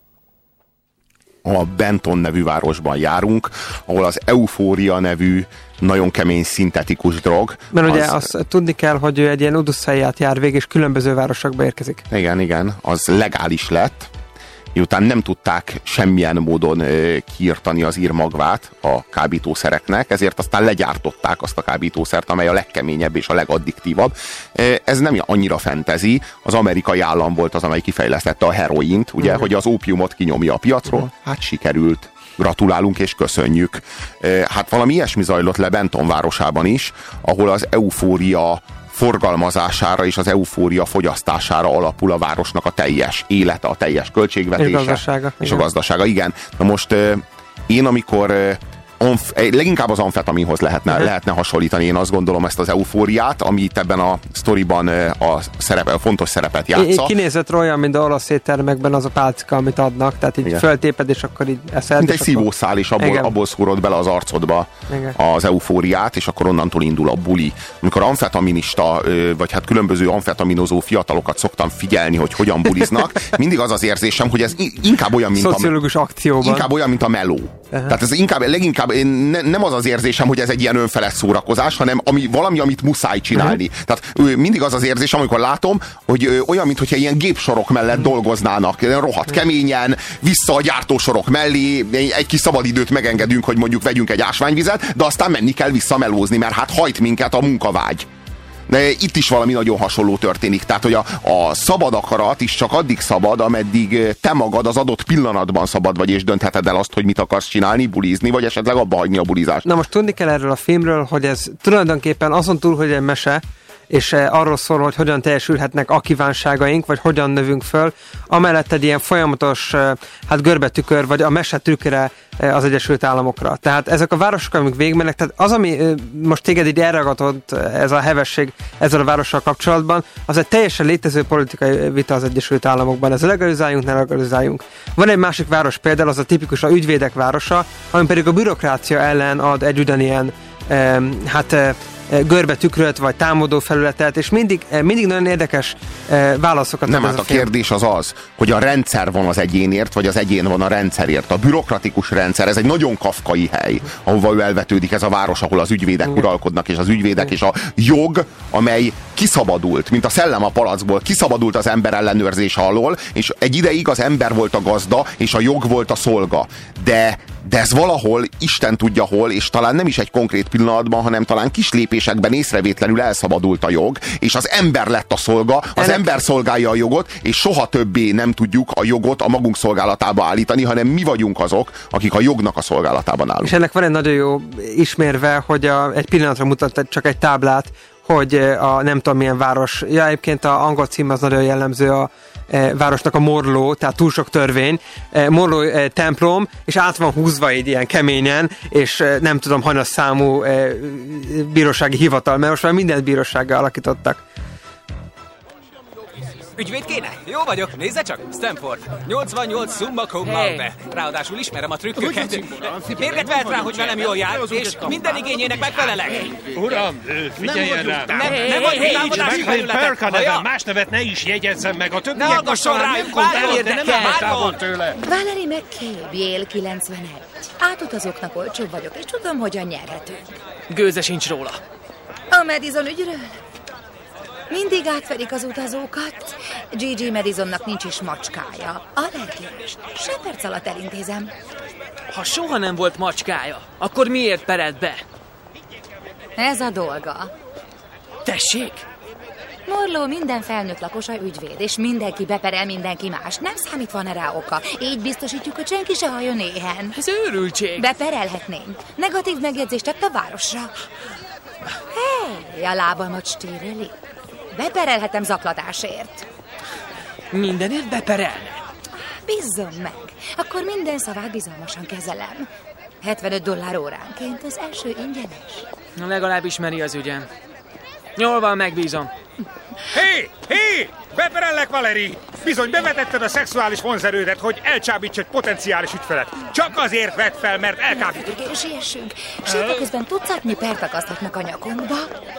A Benton nevű városban járunk, ahol az eufória nevű nagyon kemény szintetikus drog. Mert az... ugye azt tudni kell, hogy ő egy ilyen Odysseiát jár végig, és különböző városokba érkezik. Igen, igen, az legális lett, miután nem tudták semmilyen módon ö, kiirtani az írmagvát a kábítószereknek, ezért aztán legyártották azt a kábítószert, amely a legkeményebb és a legaddiktívabb. Ez nem annyira fentezi, az amerikai állam volt az, amely kifejlesztette a heroint, ugye, uh-huh. hogy az ópiumot kinyomja a piacról, uh-huh. hát sikerült. Gratulálunk és köszönjük. Hát valami ilyesmi zajlott le Benton városában is, ahol az eufória forgalmazására és az eufória fogyasztására alapul a városnak a teljes élete, a teljes költségvetése. És, gazdasága, és a gazdasága, igen. Na most én amikor Amf, leginkább az amfetaminhoz lehetne, uh-huh. lehetne hasonlítani, én azt gondolom, ezt az eufóriát, amit ebben a sztoriban a, szerepe, a fontos szerepet játsza. Kinézett olyan, mint a olasz éttermekben az a pálcika, amit adnak, tehát így igen. föltéped, és akkor így eszed. Mint egy szívószál, és abból, abból szúrod bele az arcodba igen. az eufóriát, és akkor onnantól indul a buli. Amikor amfetaminista, vagy hát különböző amfetaminozó fiatalokat szoktam figyelni, hogy hogyan buliznak, mindig az az érzésem, hogy ez inkább olyan, mint szociológus akcióban. Inkább olyan, mint a meló. Uh-huh. Tehát ez inkább, leginkább én ne, nem az az érzésem, hogy ez egy ilyen önfelett szórakozás, hanem ami, valami, amit muszáj csinálni. Uh-huh. Tehát ő, mindig az az érzésem, amikor látom, hogy ő, olyan, mintha ilyen gépsorok mellett uh-huh. dolgoznának, rohadt uh-huh. keményen, vissza a gyártósorok mellé, egy kis szabadidőt megengedünk, hogy mondjuk vegyünk egy ásványvizet, de aztán menni kell vissza melózni, mert hát hajt minket a munkavágy. De itt is valami nagyon hasonló történik. Tehát, hogy a, a szabad akarat is csak addig szabad, ameddig te magad az adott pillanatban szabad vagy, és döntheted el azt, hogy mit akarsz csinálni, bulizni, vagy esetleg abba hagyni a bulizást. Na most tudni kell erről a filmről, hogy ez tulajdonképpen azon túl, hogy egy mese, és arról szól, hogy hogyan teljesülhetnek a kívánságaink, vagy hogyan növünk föl, amellett egy ilyen folyamatos hát görbetükör, vagy a mese trükkre az Egyesült Államokra. Tehát ezek a városok, amik végigmennek, tehát az, ami most téged így elragadott, ez a hevesség ezzel a várossal kapcsolatban, az egy teljesen létező politikai vita az Egyesült Államokban. Ez legalizáljunk, ne legalizáljunk. Van egy másik város például, az a tipikus a ügyvédek városa, ami pedig a bürokrácia ellen ad egy ugyanilyen, hát görbe tükröt, vagy támadó felületet, és mindig, mindig nagyon érdekes válaszokat ad. Nem, hát a, a kérdés az az, hogy a rendszer van az egyénért, vagy az egyén van a rendszerért. A bürokratikus rendszer, ez egy nagyon kafkai hely, ahova ő elvetődik, ez a város, ahol az ügyvédek mm. uralkodnak, és az ügyvédek, mm. és a jog, amely kiszabadult, mint a szellem a palackból, kiszabadult az ember ellenőrzés alól, és egy ideig az ember volt a gazda, és a jog volt a szolga. De, de ez valahol, Isten tudja hol, és talán nem is egy konkrét pillanatban, hanem talán kis lépésekben észrevétlenül elszabadult a jog, és az ember lett a szolga, az ennek... ember szolgálja a jogot, és soha többé nem tudjuk a jogot a magunk szolgálatába állítani, hanem mi vagyunk azok, akik a jognak a szolgálatában állunk. És ennek van egy nagyon jó ismérve, hogy a, egy pillanatra mutat csak egy táblát, hogy a nem tudom milyen város, ja, egyébként a angol cím az nagyon jellemző a e, városnak a Morló, tehát túl sok törvény, e, Morló e, templom, és át van húzva így ilyen keményen, és e, nem tudom, hanyas számú e, bírósági hivatal, mert most már mindent bírósággal alakítottak. Ügyvéd kéne? Jó vagyok, nézze csak, Stanford. nyolcvannyolc summa cum laude. Ráadásul ismerem a trükköket. Mérget vehet rá, hogy velem jól jár, és minden igényének megfelelek. Uram, figyeljen rám! Nem, nem vagy támadási felületek. Más nevet ne is jegyezzen meg, a Ne többiek hallgasson rájuk, bármilyen, de nem állhat távol tőle. Valerie McCabe, Yale kilencvenegy. Átutazóknak olcsóbb vagyok, és tudom, hogyan nyerhetünk. Gőze sincs róla. A Madison ügyről? Mindig átverik az utazókat. Gigi Madisonnak nincs is macskája. Allergiás. Se perc alatt elintézem. Ha soha nem volt macskája, akkor miért perelt be? Ez a dolga. Tessék! Morló minden felnőtt lakosa ügyvéd, és mindenki beperel mindenki más. Nem számít, van-e rá oka. Így biztosítjuk, hogy senki se halljon éhen. Ez őrültség. Beperelhetnénk. Negatív megjegyzést tett a városra. Hé, a lábamat stéreli. Beperelhetem zaklatásért. Mindenért beperelne? Bízzon meg. Akkor minden szavát bizalmasan kezelem. hetvenöt dollár óránként, az első ingyenes. Legalább ismeri az ügyem. Jól van, megbízom. Hé, hé! Beperellek, Valerie! Bizony bevetetted a szexuális vonzerődet, hogy elcsábíts egy potenciális ügyfelet. Csak azért vett fel, mert elkábított. Siessünk. Séta közben tucatnyi pert akaszthatnak a nyakunkba.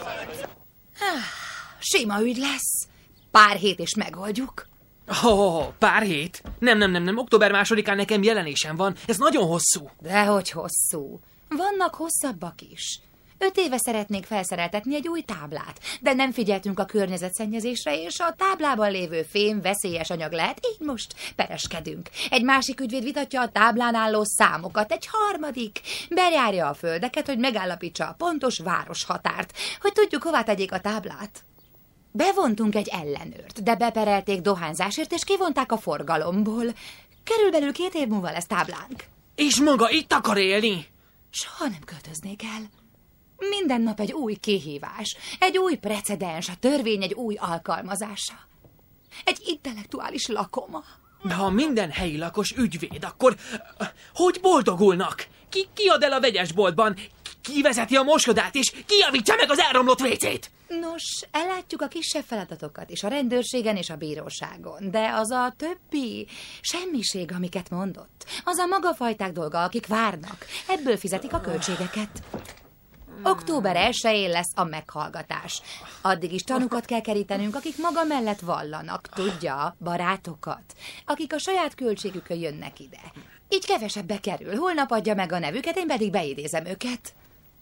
Sima ügy lesz. Pár hét és megoldjuk. Ó, oh, pár hét? Nem, nem, nem, nem. Október másodikán nekem jelenésem van. Ez nagyon hosszú. Dehogy hosszú. Vannak hosszabbak is. Öt éve szeretnék felszereltetni egy új táblát, de nem figyeltünk a környezetszennyezésre, és a táblában lévő fém veszélyes anyag lehet, így most pereskedünk. Egy másik ügyvéd vitatja a táblán álló számokat, egy harmadik bejárja a földeket, hogy megállapítsa a pontos városhatárt, hogy tudjuk, hová tegyék a táblát. Bevontunk egy ellenőrt, de beperelték dohányzásért, és kivonták a forgalomból. Körülbelül két év múlva lesz táblánk. És maga itt akar élni? Soha nem költöznék el. Minden nap egy új kihívás, egy új precedens, a törvény egy új alkalmazása. Egy intellektuális lakoma. De ha minden helyi lakos ügyvéd, akkor hogy boldogulnak? Ki, ki ad el a vegyesboltban? Ki vezeti a mosodát, és ki javítja meg az elromlott vécét? Nos, ellátjuk a kisebb feladatokat is a rendőrségen és a bíróságon, de az a többi semmiség, amiket mondott. Az a maga fajták dolga, akik várnak. Ebből fizetik a költségeket. Október elsején lesz a meghallgatás. Addig is tanúkat kell kerítenünk, akik maga mellett vallanak, tudja, barátokat, akik a saját költségükön jönnek ide. Így kevesebbe kerül, holnap adja meg a nevüket, én pedig beidézem őket.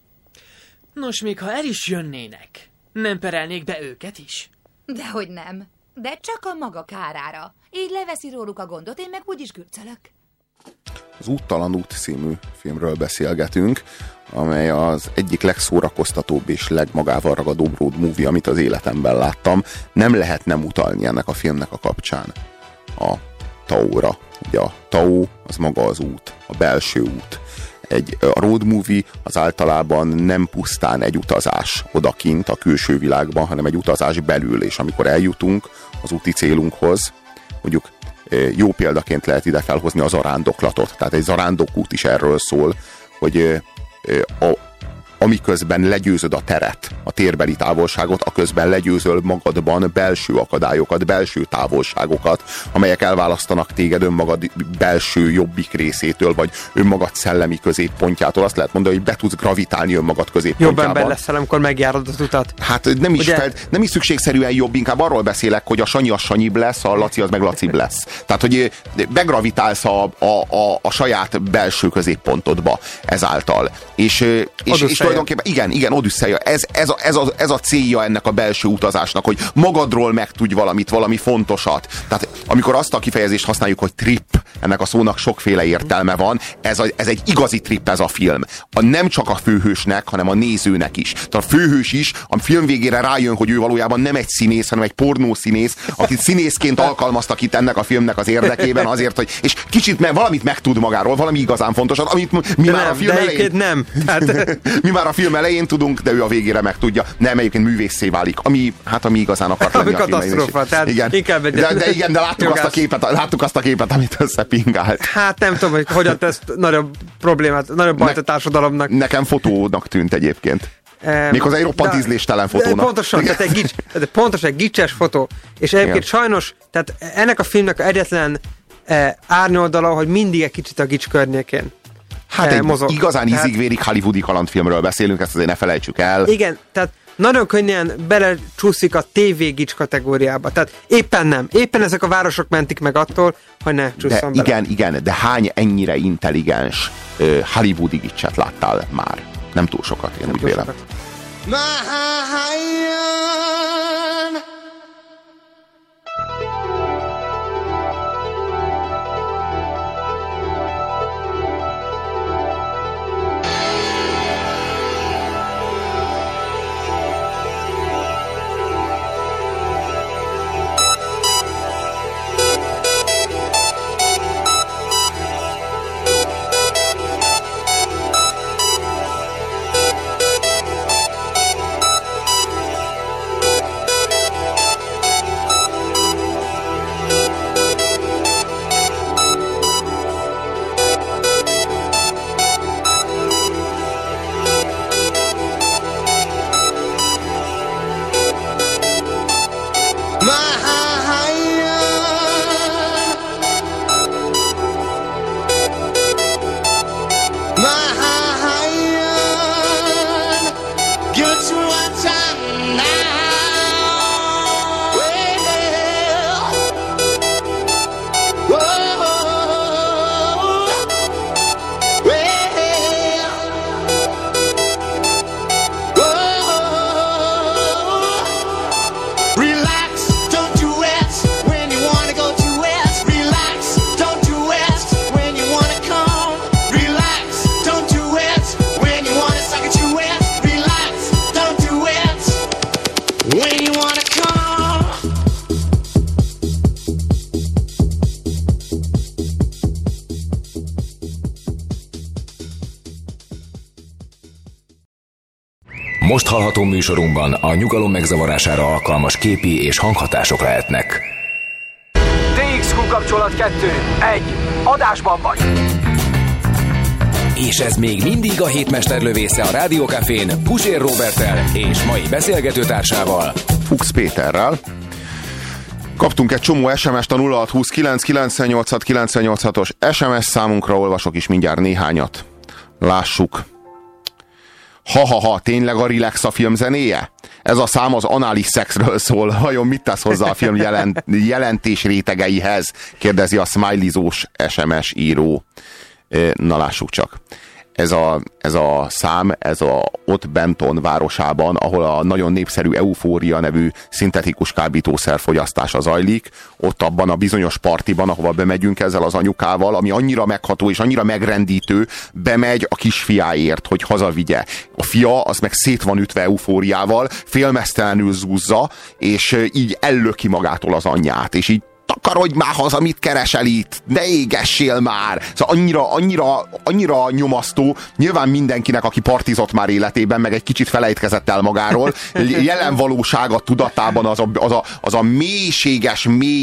Nos, még ha el is jönnének, nem perelnék be őket is? Dehogy nem, de csak a maga kárára. Így leveszi róluk a gondot, én meg úgyis gürcölök. Az Úttalan út című filmről beszélgetünk, amely az egyik legszórakoztatóbb és legmagával ragadóbb road movie, amit az életemben láttam. Nem lehet nem utalni ennek a filmnek a kapcsán a Taóra. Ugye a Tao az maga az út, a belső út. Egy, a road movie az általában nem pusztán egy utazás odakint a külső világban, hanem egy utazás belül, és amikor eljutunk az úti célunkhoz, mondjuk jó példaként lehet ide felhozni a zarándoklatot. Tehát egy zarándokút is erről szól, hogy a, amiközben legyőzöd a teret, a térbeli távolságot, aközben legyőzöl magadban belső akadályokat, belső távolságokat, amelyek elválasztanak téged önmagad belső jobbik részétől, vagy önmagad szellemi középpontjától. Azt lehet mondani, hogy be tudsz gravitálni önmagad középpontjában. Jobb ember leszel, amikor megjárod az utat. Hát nem is, fel, nem is szükségszerűen jobb, inkább arról beszélek, hogy a Sanyi az Sanyibb lesz, a Laci az meg Lacibb lesz. Tehát, hogy begravitálsz a, a, a, a saját belső középpontodba ezáltal. És, és, és tulajdonképpen igen, igen, Odüsszeja. Ez, ez, a, ez, a, ez a célja ennek a belső utazásnak, hogy magadról megtudj valamit, valami fontosat. Tehát amikor azt a kifejezést használjuk, hogy trip, ennek a szónak sokféle értelme van, ez, a, ez egy igazi trip ez a film. A, nem csak a főhősnek, hanem a nézőnek is. Tehát a főhős is a film végére rájön, hogy ő valójában nem egy színész, hanem egy pornószínész, akit színészként alkalmaztak itt ennek a filmnek az érdekében azért, hogy és kicsit me, valamit megtud magáról, valami igazán fontosat, amit mi de már nem, a film elején nem. Hát... mi már a film elején tudunk, de ő a végére megtudja. Nem, egyébként művészé válik. Ami, hát ami igazán akart lenni a katasztrófa, tehát igen. Inkább egy... de, de igen, de láttuk azt, a képet, láttuk azt a képet, amit összepingált. Hát nem tudom, hogy hogyan tesz nagyobb problémát, nagyobb bajt a társadalomnak. Nekem fotónak tűnt egyébként. Um, Méghozzá egy roppant ízléstelen fotónak. Pontosan, tehát egy, gics, tehát pontosan egy gicses fotó. És egyébként igen. Sajnos, tehát ennek a filmnek egyetlen eh, árnyoldala, hogy mindig egy kicsit a gics környékén. Hát egy mozog. Igazán tehát... ízig-vérig hollywoodi kalandfilmről beszélünk, ezt azért ne felejtsük el. Igen, tehát nagyon könnyen belecsúszik a té vé gics kategóriába. Tehát éppen nem. Éppen ezek a városok mentik meg attól, hogy ne csúszom bele. Igen, igen, de hány ennyire intelligens uh, hollywoodi gicset láttál már? Nem túl sokat, én nem úgy vélem. Most hallható műsorunkban a nyugalom megzavarására alkalmas képi és hanghatások lehetnek. té iksz kú kapcsolat kettő, egy, adásban vagy! És ez még mindig a hétmesterlövésze a Rádiókafén Puzsér Róberttel és mai beszélgetőtársával, Fuchs Péterrel. Kaptunk egy csomó es em est a nulla hat húsz kilenc kilencvennyolc kilencvennyolc hatos es em es számunkra, olvasok is mindjárt néhányat. Lássuk. Ha-ha-ha, tényleg a relax a film zenéje? Ez a szám az anális szexről szól. Vajon mit tesz hozzá a film jelent, jelentés rétegeihez? Kérdezi a smileyzós es em es író. Na lássuk csak. Ez a, ez a szám, ez a ott Benton városában, ahol a nagyon népszerű Eufória nevű szintetikus kábítószer fogyasztása zajlik, ott abban a bizonyos partiban, ahova bemegyünk ezzel az anyukával, ami annyira megható és annyira megrendítő, bemegy a kisfiáért, hogy hazavigye. A fia az meg szét van ütve eufóriával, félmeztelenül zúzza, és így ellöki magától az anyját, és így takarodj már haza, mit keresel itt? Ne égessél már! Szóval annyira, annyira, annyira nyomasztó, nyilván mindenkinek, aki partizott már életében, meg egy kicsit felejtkezett el magáról, jelen valósága tudatában az a, az a, az a mélységes, mély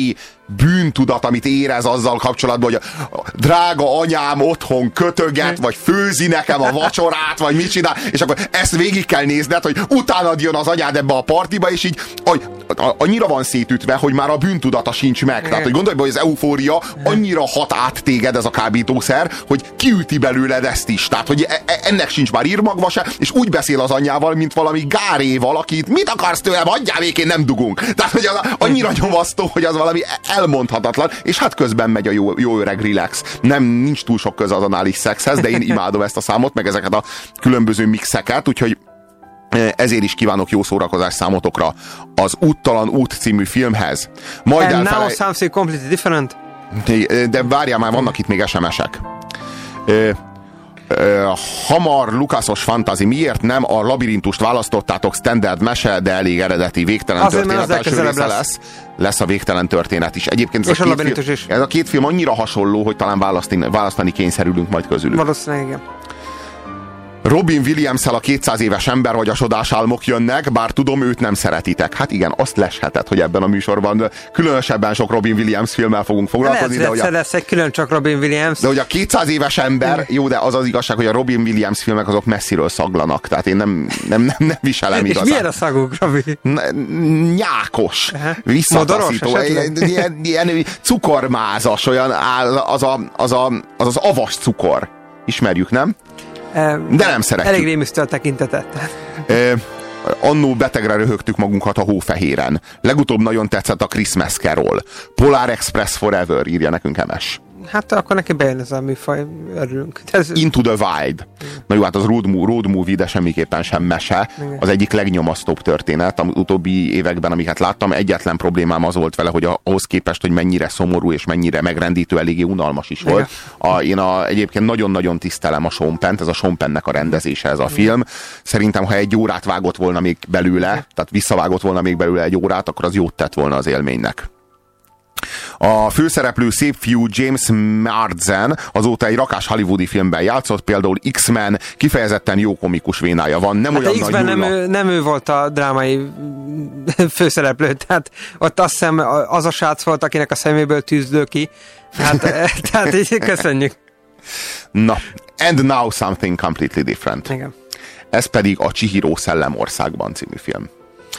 bűntudat, amit érez azzal kapcsolatban, hogy a drága anyám otthon kötöget, vagy főzi nekem a vacsorát, vagy mit csinál, és akkor ezt végig kell nézned, hogy utánad jön az anyád ebbe a partiba, és így annyira van szétütve, hogy már a bűntudata sincs meg. Tehát, hogy gondolj be, hogy az eufória annyira hat át téged ez a kábítószer, hogy kiüti belőled ezt is. Tehát, hogy ennek sincs már írmagva se, és úgy beszél az anyjával, mint valami gáréval, akit mit akarsz tőlem, adjál végén, nem dugunk. Tehát, hogy az annyira nyomasztó, hogy az valami elmondhatatlan, és hát közben megy a jó, jó öreg relax. Nem, nincs túl sok köze az anális szexhez, de én imádom ezt a számot, meg ezeket a különböző mixeket, úgyhogy ezért is kívánok jó szórakozás számotokra az Úttalan út című filmhez. Majd And elfelej... now something completely different. De várjál, már vannak itt még es em esek. Ö, ö, hamar lukászos fantazi, miért nem a labirintust választottátok standard mese, de elég eredeti végtelen azért, történet első része lesz. lesz. Lesz a végtelen történet is. Egyébként ez, és a, a, két labirintus film, is. ez a két film annyira hasonló, hogy talán választani, választani kényszerülünk majd közülük. Valószínűleg igen. Robin Williams-el a kétszáz éves ember vagy a sodás álmok jönnek, bár tudom, őt nem szeretitek. Hát igen, azt leshetett, hogy ebben a műsorban különösebben sok Robin Williams filmmel fogunk foglalkozni. Lehet, de hogy lesz egy külön csak Robin Williams. De hogy a kétszáz éves ember, jó, de az az igazság, hogy a Robin Williams filmek azok messziről szaglanak. Tehát én nem, nem, nem, nem viselem igazán. És milyen a szaguk, Robin? Nyákos, visszataszító, ilyen, ilyen cukormázas, olyan az a, az, a, az az avas cukor. Ismerjük, nem? De nem szeretjük. Elég rémisztő a tekintetet. E, annó betegre röhögtük magunkat a Hófehéren. Legutóbb nagyon tetszett a Christmas Carol. Polar Express Forever, írja nekünk Emes. Hát akkor neki bejön ez a műfaj, örülünk. Ez... Into the Wild. Mm. Na jó, hát az road, road movie, de semmiképpen sem mese. Igen. Az egyik legnyomasztóbb történet. Az utóbbi években, amiket láttam, egyetlen problémám az volt vele, hogy ahhoz képest, hogy mennyire szomorú és mennyire megrendítő, eléggé unalmas is volt. A, én a, egyébként nagyon-nagyon tisztelem a Sean Pennt, ez a Sean Pennnek a rendezése ez a film. Szerintem, ha egy órát vágott volna még belőle, tehát visszavágott volna még belőle egy órát, akkor az jót tett volna az élménynek. A főszereplő szép fiú James Marsden azóta egy rakás hollywoodi filmben játszott, például X-Men, kifejezetten jó komikus vénája van, nem hát olyan X-Men nagy nem ő, nem ő volt a drámai főszereplő, tehát ott azt hiszem az a srác volt, akinek a szeméből tűzdő ki. Hát, tehát így köszönjük. Na, and now something completely different. Igen. Ez pedig a Chihiro Szellemországban című film.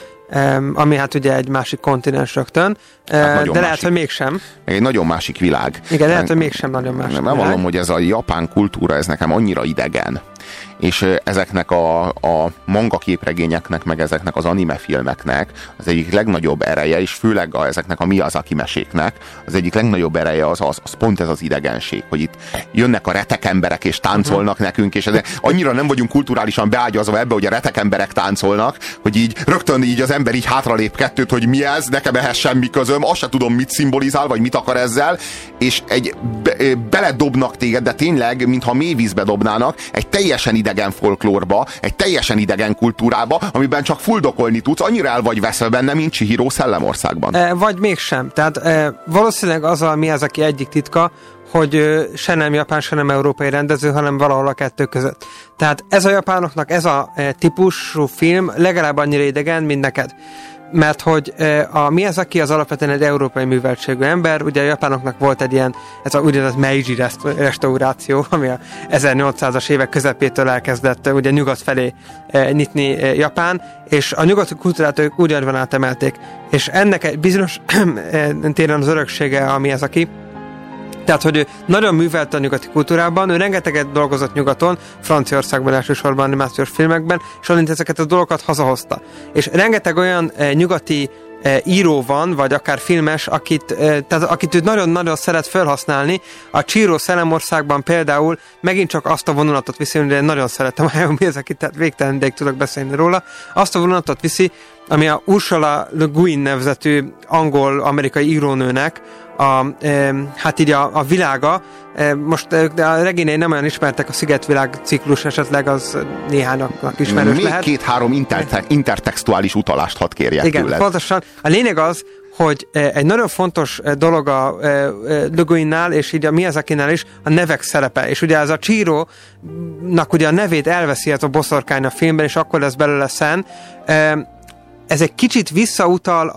Um, ami hát ugye egy másik kontinens rögtön, hát uh, de lehet, másik, hogy mégsem. Egy nagyon másik világ. Igen, lehet, hogy mégsem nagyon másik nem, világ. Nem vallom, hogy ez a japán kultúra, ez nekem annyira idegen. És ezeknek a, a manga képregényeknek, meg ezeknek az anime filmeknek az egyik legnagyobb ereje, és főleg a, ezeknek a Miyazaki meséknek az egyik legnagyobb ereje az, az, az pont ez az idegenség, hogy itt jönnek a retek emberek és táncolnak uh-huh. nekünk, és ez, annyira nem vagyunk kulturálisan beágyazva ebbe, hogy a retek emberek táncolnak, hogy így rögtön így az ember így hátralép kettőt, hogy mi ez, nekem ehhez semmi közöm, azt se tudom, mit szimbolizál, vagy mit akar ezzel, és egy be, beledobnak téged, de tényleg, mintha mélyvízbe dobnának, egy teljesen idegen folklórba, egy teljesen idegen kultúrába, amiben csak fuldokolni tudsz, annyira el vagy veszve benne, mint Chihiro Szellemországban. E, vagy mégsem. Tehát e, valószínűleg az a Miyazaki egyik titka, hogy e, se nem japán, se nem európai rendező, hanem valahol a kettő között. Tehát ez a japánoknak ez a e, típusú film legalább annyira idegen, mint neked. Mert hogy a Miyazaki az alapvetően egy európai műveltségű ember, ugye a japánoknak volt egy ilyen, ez a úgynevezett Meiji restauráció, ami a ezernyolcszázas évek közepétől elkezdett ugye nyugat felé nyitni Japán, és a nyugati kultúrát ők ugyanúgy átemelték, és ennek egy bizonyos téren az öröksége a Miyazaki. Tehát, hogy ő nagyon művelt a nyugati kultúrában, ő rengeteget dolgozott nyugaton, Franciaországban elsősorban animációs filmekben, és onnan ezeket a dolgokat hazahozta. És rengeteg olyan e, nyugati e, író van, vagy akár filmes, akit, e, tehát, akit ő nagyon-nagyon szeret felhasználni. A Chihiro Szellemországban például megint csak azt a vonulatot viszi, de nagyon szeretem a Hayao Miyazakit, tehát végtelen ideig tudok beszélni róla, azt a vonulatot viszi, ami a Ursula Le Guin nevezetű angol-amerikai írónőnek a, e, hát így a, a világa, e, most e, a regényei nem olyan ismertek, a Szigetvilág ciklus esetleg az néhányaknak ismerős Még lehet. két-három inter- intertextuális utalást hadd kérjek igen, tőled. pontosan. A lényeg az, hogy egy nagyon fontos dolog a Le Guinnál, és így a Miyazakinál is a nevek szerepe. És ugye ez a Chihiro-nak ugye a nevét elveszi ez a boszorkány a filmben, és akkor lesz belőle Sen. Ez egy kicsit visszautal a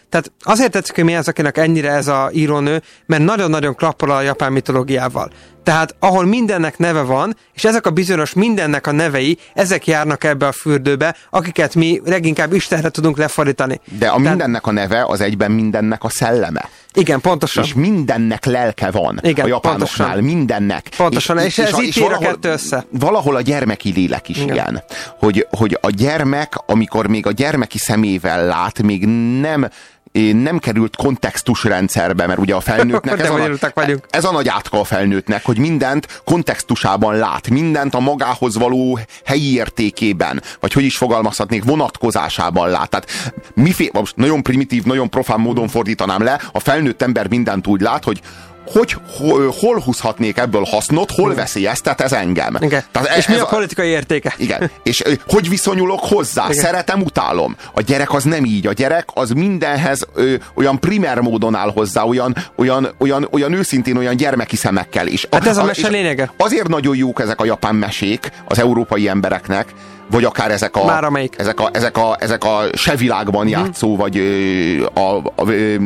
Tehát azért tetszik, hogy Miyazaki-nak ennyire ez a írónő, mert nagyon-nagyon klappol a japán mitológiával. Tehát ahol mindennek neve van, és ezek a bizonyos mindennek a nevei, ezek járnak ebbe a fürdőbe, akiket mi leginkább Istenre tudunk lefordítani. De a mindennek a neve az egyben mindennek a szelleme. Igen, pontosan. És mindennek lelke van. Igen, a japánoknál, pontosan. Mindennek. Pontosan, és, és, és ez és itt ér a kettő össze. Valahol a gyermeki lélek is igen. ilyen. Hogy, hogy a gyermek, amikor még a gyermeki szemével lát, még nem nem került kontextusrendszerbe, mert ugye a felnőttnek ez a, nagy, ez a nagy átka a felnőttnek, hogy mindent kontextusában lát, mindent a magához való helyi értékében, vagy hogy is fogalmazhatnék, vonatkozásában lát. Tehát miféle, most nagyon primitív, nagyon profán módon fordítanám le, a felnőtt ember mindent úgy lát, hogy hogy hol, hol húzhatnék ebből hasznot, hol veszélyeztet ez engem. Igen. Tehát és ez mi a politikai értéke? Igen. És hogy viszonyulok hozzá? Igen. Szeretem, utálom. A gyerek az nem így. A gyerek az mindenhez ö, olyan primer módon áll hozzá, olyan, olyan, olyan, olyan őszintén, olyan gyermeki szemekkel is. Hát ez a mese lényege. Azért nagyon jók ezek a japán mesék az európai embereknek, vagy akár ezek a, ezek a, ezek a, ezek a se világban játszó, mm. vagy a, a, a,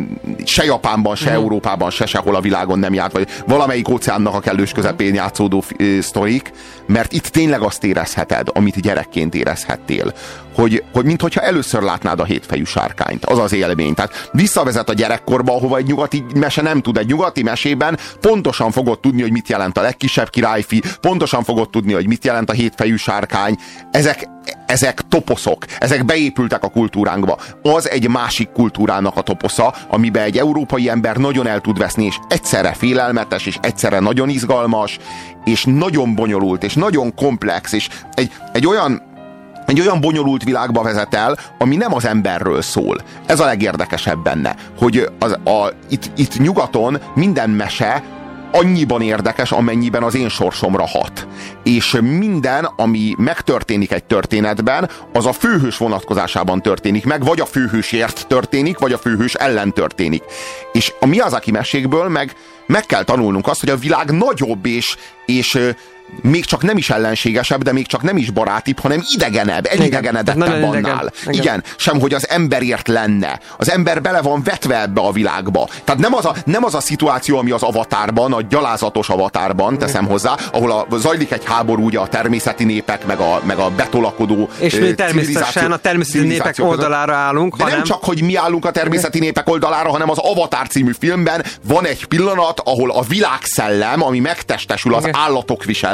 se Japánban, se mm. Európában, se sehol a világon nem járt, vagy valamelyik óceánnak a kellős közepén játszódó sztorik, mert itt tényleg azt érezheted, amit gyerekként érezhettél, hogy, hogy minthogyha először látnád a hétfejű sárkányt. Az az élmény. Tehát visszavezet a gyerekkorba, ahova egy nyugati mese nem tud. Egy nyugati mesében pontosan fogod tudni, hogy mit jelent a legkisebb királyfi, pontosan fogod tudni, hogy mit jelent a hétfejű sárkány. Ezek, ezek toposzok, ezek beépültek a kultúránkba. Az egy másik kultúrának a toposza, amiben egy európai ember nagyon el tud veszni, és egyszerre félelmetes, és egyszerre nagyon izgalmas, és nagyon bonyolult, és nagyon komplex, és egy, egy olyan egy olyan bonyolult világba vezet el, ami nem az emberről szól. Ez a legérdekesebb benne, hogy az, a, itt, itt nyugaton minden mese annyiban érdekes, amennyiben az én sorsomra hat. És minden, ami megtörténik egy történetben, az a főhős vonatkozásában történik meg, vagy a főhősért történik, vagy a főhős ellen történik. És a Miyazaki mesékből meg, meg kell tanulnunk azt, hogy a világ nagyobb és, és még csak nem is ellenségesebb, de még csak nem is barátibb, hanem idegenebb, elidegenedettebb annál. Igen. Igen, sem hogy az emberért lenne. Az ember bele van vetve ebbe a világba. Tehát nem az a, nem az a szituáció, ami az Avatárban, a gyalázatos Avatárban, teszem hozzá, ahol a, zajlik egy háború, ugye a természeti népek, meg a, meg a betolakodó és mi természetesen a természeti népek oldalára állunk. De hanem... nem csak, hogy mi állunk a természeti népek oldalára, hanem az Avatár című filmben van egy pillanat, ahol a világszellem, ami megtestesül az állatok viselkedésében,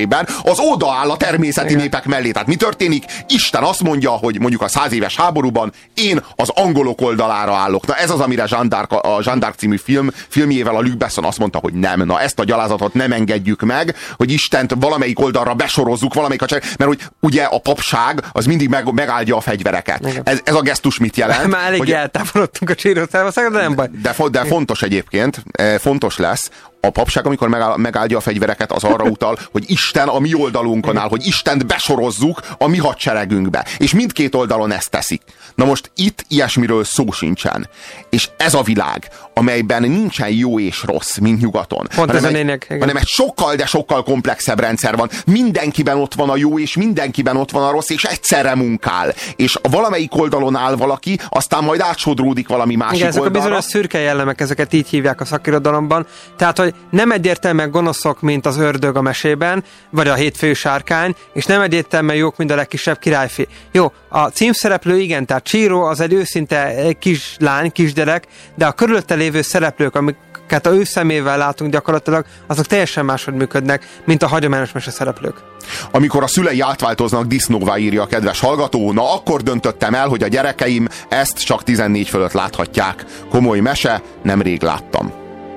az odaáll a természeti igen. népek mellé. Tehát mi történik? Isten azt mondja, hogy mondjuk a száz éves háborúban én az angolok oldalára állok. Na ez az, amire Jeanne d'Arc, a Jeanne d'Arc című film, filmjével a Luc Besson azt mondta, hogy nem. Na ezt a gyalázatot nem engedjük meg, hogy Istent valamelyik oldalra besorozzuk, valamelyik a cser... mert hogy ugye a papság az mindig meg, megáldja a fegyvereket. Ez, ez a gesztus mit jelent? Már elég hogy... eltávolodtunk a csírószállvaszágot, de nem baj. De, de fontos egyébként, fontos lesz, a papság, amikor megáll, megáldja a fegyvereket, az arra utal, hogy Isten a mi oldalunkon áll, hogy Istent besorozzuk a mi hadseregünkbe. És mindkét oldalon ezt teszik. Na most itt ilyesmiről szó sincsen. És ez a világ, amelyben nincsen jó és rossz, mint nyugaton. Pont ez a lényeg. Hanem egy sokkal, de sokkal komplexebb rendszer van. Mindenkiben ott van a jó, és mindenkiben ott van a rossz, és egyszerre munkál. És valamelyik oldalon áll valaki, aztán majd átsodródik valami másik igen, ezek oldalra. Ezek a bizonyos szürke jellemek, ezeket így hívják a szakirodalomban. Tehát, hogy nem egyértelműen gonoszok, mint az ördög a mesében, vagy a hétfős sárkány, és nem egyértelműen jók, mint a legkisebb királyfi. Jó, a címszereplő igen, tehát Chihiro az egy őszinte kislány, kisgyerek, de a körülötte lévő szereplők, amiket a ő szemével látunk gyakorlatilag, azok teljesen máshogy működnek, mint a hagyományos meseszereplők. Amikor a szülei átváltoznak disznóvá, írja a kedves hallgató, na akkor döntöttem el, hogy a gyerekeim ezt csak tizennégy fölött láthatják. Komoly mese, nemrég láttam.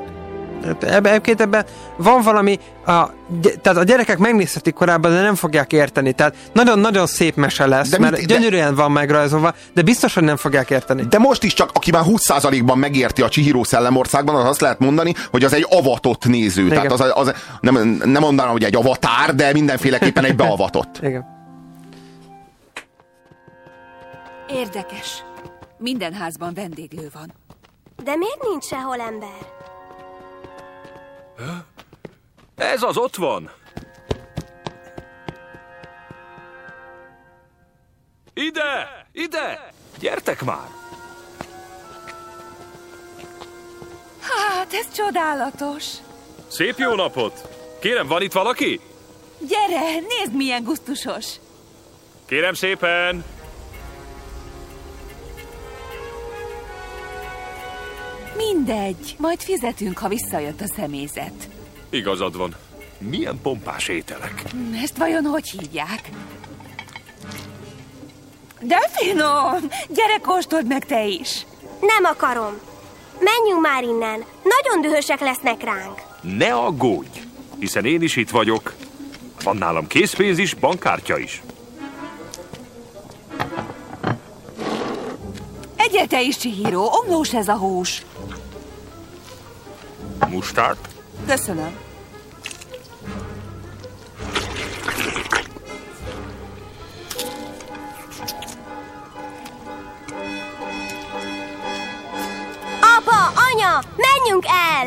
Ebben ebben van valami, a, tehát a gyerekek megnézhetik korábban, de nem fogják érteni. Tehát nagyon-nagyon szép mese lesz, de mert mit, gyönyörűen de, van megrajzolva, de biztos, hogy nem fogják érteni. De most is csak, aki már húsz százalékban megérti a Chihiro Szellemországban, az azt lehet mondani, hogy az egy avatott néző. Igen. Tehát az, az nem, nem mondanám, hogy egy avatár, de mindenféleképpen egy beavatott. Igen. Érdekes. Minden házban vendéglő van. De miért nincs sehol ember? Ez az ott van. Ide! Ide! Gyertek már! Hát ez csodálatos. Szép jó napot! Kérem, van itt valaki? Gyere, nézd, milyen gusztusos. Kérem szépen! Mindegy, majd fizetünk, ha visszajött a személyzet. Igazad van. Milyen pompás ételek. Ezt vajon hogy hívják? De finom! Gyere, kóstold meg te is! Nem akarom. Menjünk már innen. Nagyon dühösek lesznek ránk. Ne aggódj, hiszen én is itt vagyok. Van nálam készpénz is, bankkártya is. Egyre te is, Chihiro, omlós ez a hús. Mustárd? Köszönöm. Apa, anya, menjünk el!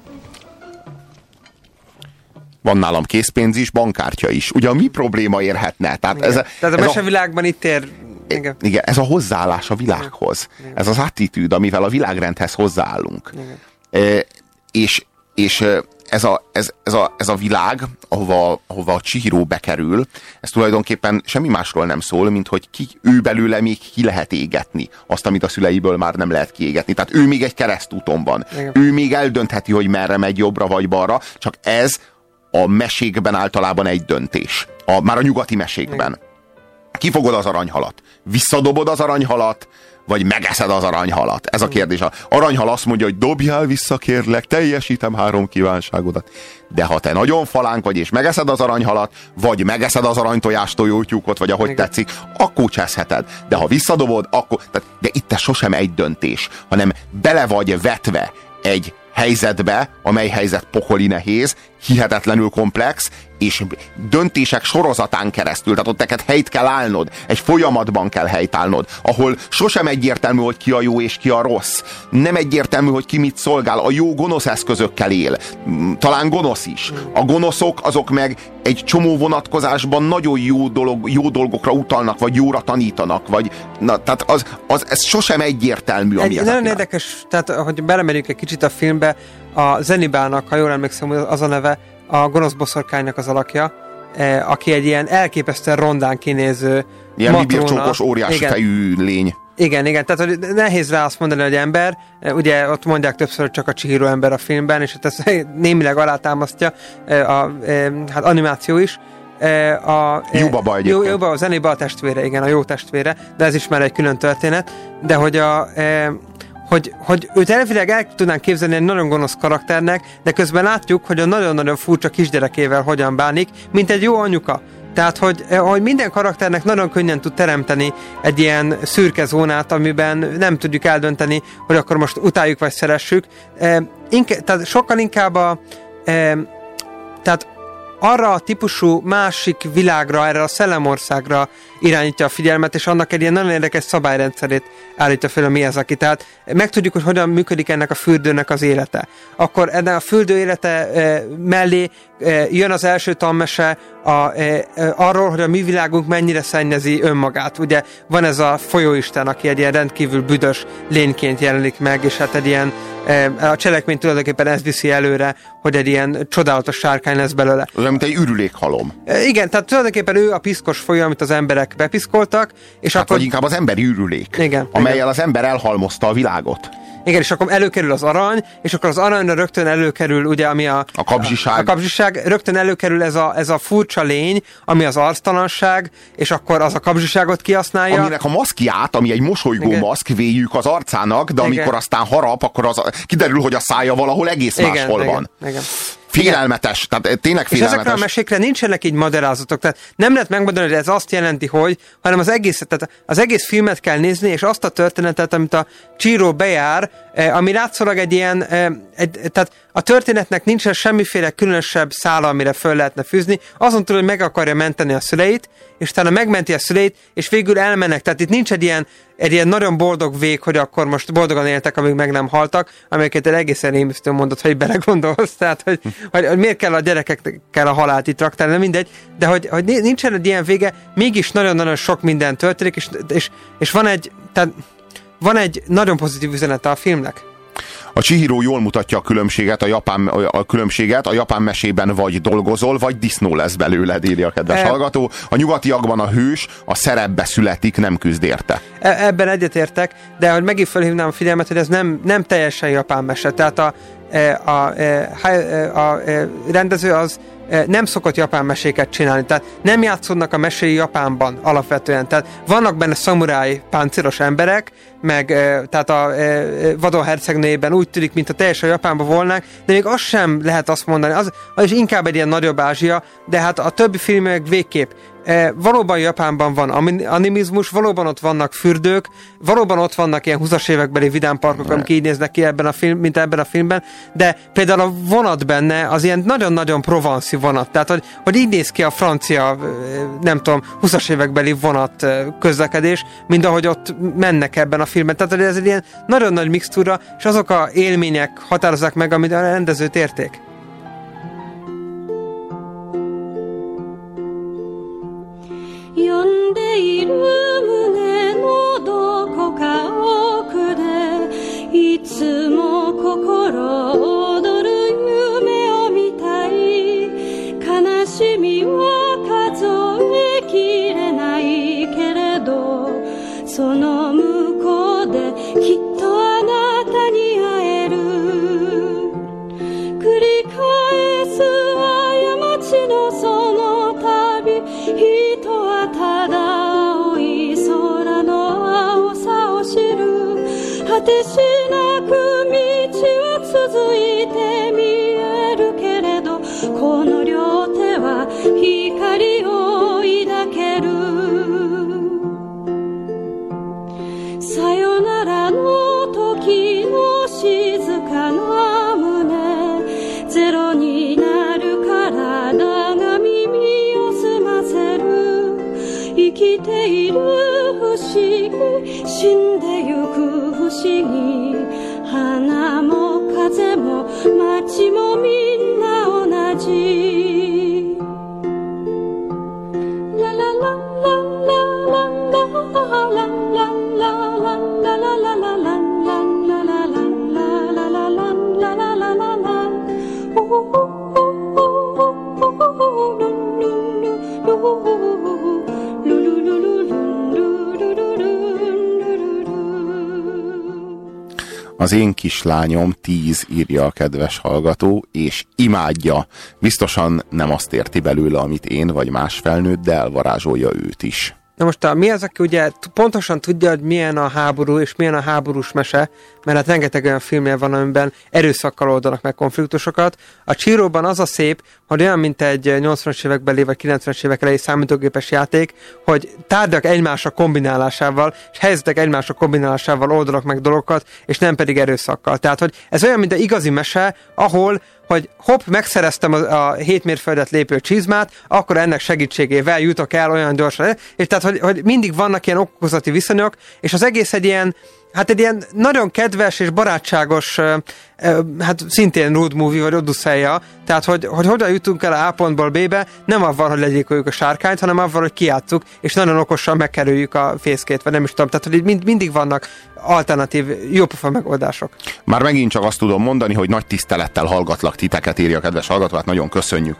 Van nálam készpénz is, bankkártya is. Ugye a mi probléma érhetne? Tehát, ez a, Tehát a mesevilágban itt ér... Igen. Igen, ez a hozzáállás a világhoz. Igen. Ez az attitűd, amivel a világrendhez hozzáállunk. E, és és ez, a, ez, ez, a, ez a világ, ahova, ahova a Chihiro bekerül, ez tulajdonképpen semmi másról nem szól, mint hogy ki, ő belőle még ki lehet égetni azt, amit a szüleiből már nem lehet kiégetni. Tehát ő még egy keresztúton van. Igen. Ő még eldöntheti, hogy merre megy, jobbra vagy balra, csak ez a mesékben általában egy döntés. A, már a nyugati mesékben. Igen. Kifogod az aranyhalat, visszadobod az aranyhalat, vagy megeszed az aranyhalat? Ez a kérdés. Az aranyhal azt mondja, hogy dobjál vissza, kérlek, teljesítem három kívánságodat. De ha te nagyon falánk vagy, és megeszed az aranyhalat, vagy megeszed az aranytojást, tojótyúkot, vagy ahogy igen. tetszik, akkor cseszheted. De ha visszadobod, akkor... Tehát, de itt ez sosem egy döntés, hanem bele vagy vetve egy helyzetbe, amely helyzet pokoli nehéz, hihetetlenül komplex, és döntések sorozatán keresztül, tehát ott neked helyt kell állnod, egy folyamatban kell helytállnod, ahol sosem egyértelmű, hogy ki a jó és ki a rossz. Nem egyértelmű, hogy ki mit szolgál. A jó gonosz eszközökkel él. Talán gonosz is. A gonoszok azok meg egy csomó vonatkozásban nagyon jó, dolog, jó dolgokra utalnak, vagy jóra tanítanak, vagy na, tehát az, az, ez sosem egyértelmű, ami egy nagyon érdekes, tehát hogy belemerjünk egy kicsit a filmbe, a Zenibának, ha jól emlékszem, az a neve, a gonosz boszorkánynak az alakja, eh, aki egy ilyen elképesztően rondán kinéző ilyen bibircsókos, óriási igen. fejű lény. Igen, igen, tehát hogy nehéz rá azt mondani, hogy ember, ugye ott mondják többször, hogy csak a Chihiro ember a filmben, és hát ez némileg alátámasztja a, a hát animáció is. A, Jubaba egyébként. Jubaba, a Zeniba a testvére, igen, a jó testvére, de ez is már egy külön történet, de hogy a... Hogy, hogy őt elvileg el tudnánk képzelni egy nagyon gonosz karakternek, de közben látjuk, hogy a nagyon-nagyon furcsa kisgyerekével hogyan bánik, mint egy jó anyuka. Tehát, hogy, hogy minden karakternek nagyon könnyen tud teremteni egy ilyen szürke zónát, amiben nem tudjuk eldönteni, hogy akkor most utáljuk vagy szeressük. E, inkább, tehát sokkal inkább a... E, tehát arra a típusú másik világra, erre a szellemországra irányítja a figyelmet, és annak egy ilyen nagyon érdekes szabályrendszerét állítja fel a Miyazaki. Tehát megtudjuk, hogy hogyan működik ennek a fürdőnek az élete. Akkor ennek a fürdő élete e, mellé e, jön az első tanmese a, e, e, arról, hogy a mi világunk mennyire szennyezi önmagát. Ugye van ez a folyóisten, aki egy ilyen rendkívül büdös lényként jelenik meg, és hát egy ilyen e, a cselekmény tulajdonképpen ez viszi előre, hogy egy ilyen csodálatos sárkány lesz belőle. Olyan, mint egy ürülékhalom. E, igen, tehát tulajdonképpen ő a piszkos folyó, amit az emberek bepiszkoltak, és hát akkor... vagy inkább az emberi ürülék, igen, amellyel igen. az ember elhalmozta a világot. Igen, és akkor előkerül az arany, és akkor az aranyra rögtön előkerül, ugye, ami a... A kapzsiság. A, a kapzsiság, rögtön előkerül ez a, ez a furcsa lény, ami az arctalanság, és akkor az a kapzsiságot kihasználja. Aminek a maszkját, ami egy mosolygó igen. maszk, véljük az arcának, de amikor igen. aztán harap, akkor az, kiderül, hogy a szája valahol egész igen, máshol igen, van. Igen. Félelmetes, tehát tényleg félelmetes. És ezekre a mesékre nincsenek így magyarázatok, tehát nem lehet megmondani, hogy ez azt jelenti, hogy, hanem az egész, tehát az egész filmet kell nézni, és azt a történetet, amit a Chihiro bejár, ami látszólag egy ilyen, egy, tehát a történetnek nincsen semmiféle különösebb szála, amire föl lehetne fűzni, azon túl, hogy meg akarja menteni a szüleit, és utána megmenti a szüleit, és végül elmennek. Tehát itt nincs egy ilyen, egy ilyen nagyon boldog vég, hogy akkor most boldogan éltek, amíg meg nem haltak, amelyeket egy egészen rémisztő mondott, hogy belegondolsz, tehát hogy, hogy, hogy miért kell a gyerekekkel a halált itt raktálni, nem mindegy, de hogy, hogy nincsen egy ilyen vége, mégis nagyon-nagyon sok minden történik, és, és, és van egy, tehát van egy nagyon pozitív üzenete a filmnek. A Chihiro jól mutatja a különbséget, a japán, a különbséget, a japán mesében vagy dolgozol, vagy disznó lesz belőled, írja a kedves e... hallgató. A nyugatiakban a hős a szerepbe születik, nem küzd érte. E- ebben egyetértek, de hogy megint felhívnám a figyelmet, hogy ez nem, nem teljesen japán mese. Tehát a, a, a, a, a rendező az nem szokott japán meséket csinálni, tehát nem játszódnak a meséi Japánban alapvetően, tehát vannak benne szamuráj páncélos emberek, meg tehát a vadon hercegnőjében úgy tűnik, mint a teljesen Japánban volnánk, de még azt sem lehet azt mondani, az, az is inkább egy ilyen nagyobb Ázsia, de hát a többi film meg végképp. E, valóban Japánban van animizmus, valóban ott vannak fürdők, valóban ott vannak ilyen húszas évekbeli vidámparkok, amik így néznek ki ebben a film, mint ebben a filmben, de például a vonat benne az ilyen nagyon-nagyon provanszi vonat, tehát hogy, hogy így néz ki a francia, nem tudom, húszas évekbeli vonat közlekedés, mint ahogy ott mennek ebben a filmben. Tehát ez egy ilyen nagyon nagy mixtúra, és azok a élmények határozzák meg, amit a rendezőt érték. 呼んでいる胸のどこか奥でいつも心躍る夢を見たい悲しみは数えきれないけれどその向こうできっとあなたに会える繰り返す過ちのその旅人はただ青い空の青さを知る果てしなく道は続いて見えるけれどこの両手は光を抱けるさよならの時の静かな胸ゼロになる体が耳を澄ませる生きている不思議死んでゆく不思議花も風も街もみんな同じララララララララララララララ Az én kislányom tíz, írja a kedves hallgató, és imádja. Biztosan nem azt érti belőle, amit én vagy más felnőtt, de elvarázsolja őt is. Na most a, mi az, aki ugye pontosan tudja, hogy milyen a háború, és milyen a háborús mese, mert hát rengeteg olyan filmje van, amiben erőszakkal oldanak meg konfliktusokat. A Chihiróban az a szép, hogy olyan, mint egy nyolcvanas évekbeli vagy kilencvenes évek elejé számítógépes játék, hogy tárgyak egymásra kombinálásával, és helyzetek egymásra kombinálásával oldanak meg dolgokat, és nem pedig erőszakkal. Tehát, hogy ez olyan, mint egy igazi mese, ahol hogy hopp, megszereztem a, a hét mérföldet lépő csizmát, akkor ennek segítségével jutok el olyan gyorsan. És tehát, hogy, hogy mindig vannak ilyen okozati viszonyok, és az egész egy ilyen, hát egy ilyen nagyon kedves és barátságos, hát szintén road movie vagy odüsszeja, tehát hogy, hogy hogyan jutunk el a A pontból B-be, nem avval, hogy legyilkoljuk a sárkányt, hanem avval, hogy kijátszuk, és nagyon okosan megkerüljük a fészkét, vagy nem is tudom, tehát hogy mind, mindig vannak alternatív, jópofa megoldások. Már megint csak azt tudom mondani, hogy nagy tisztelettel hallgatlak titeket, írja a kedves hallgató, hát nagyon köszönjük.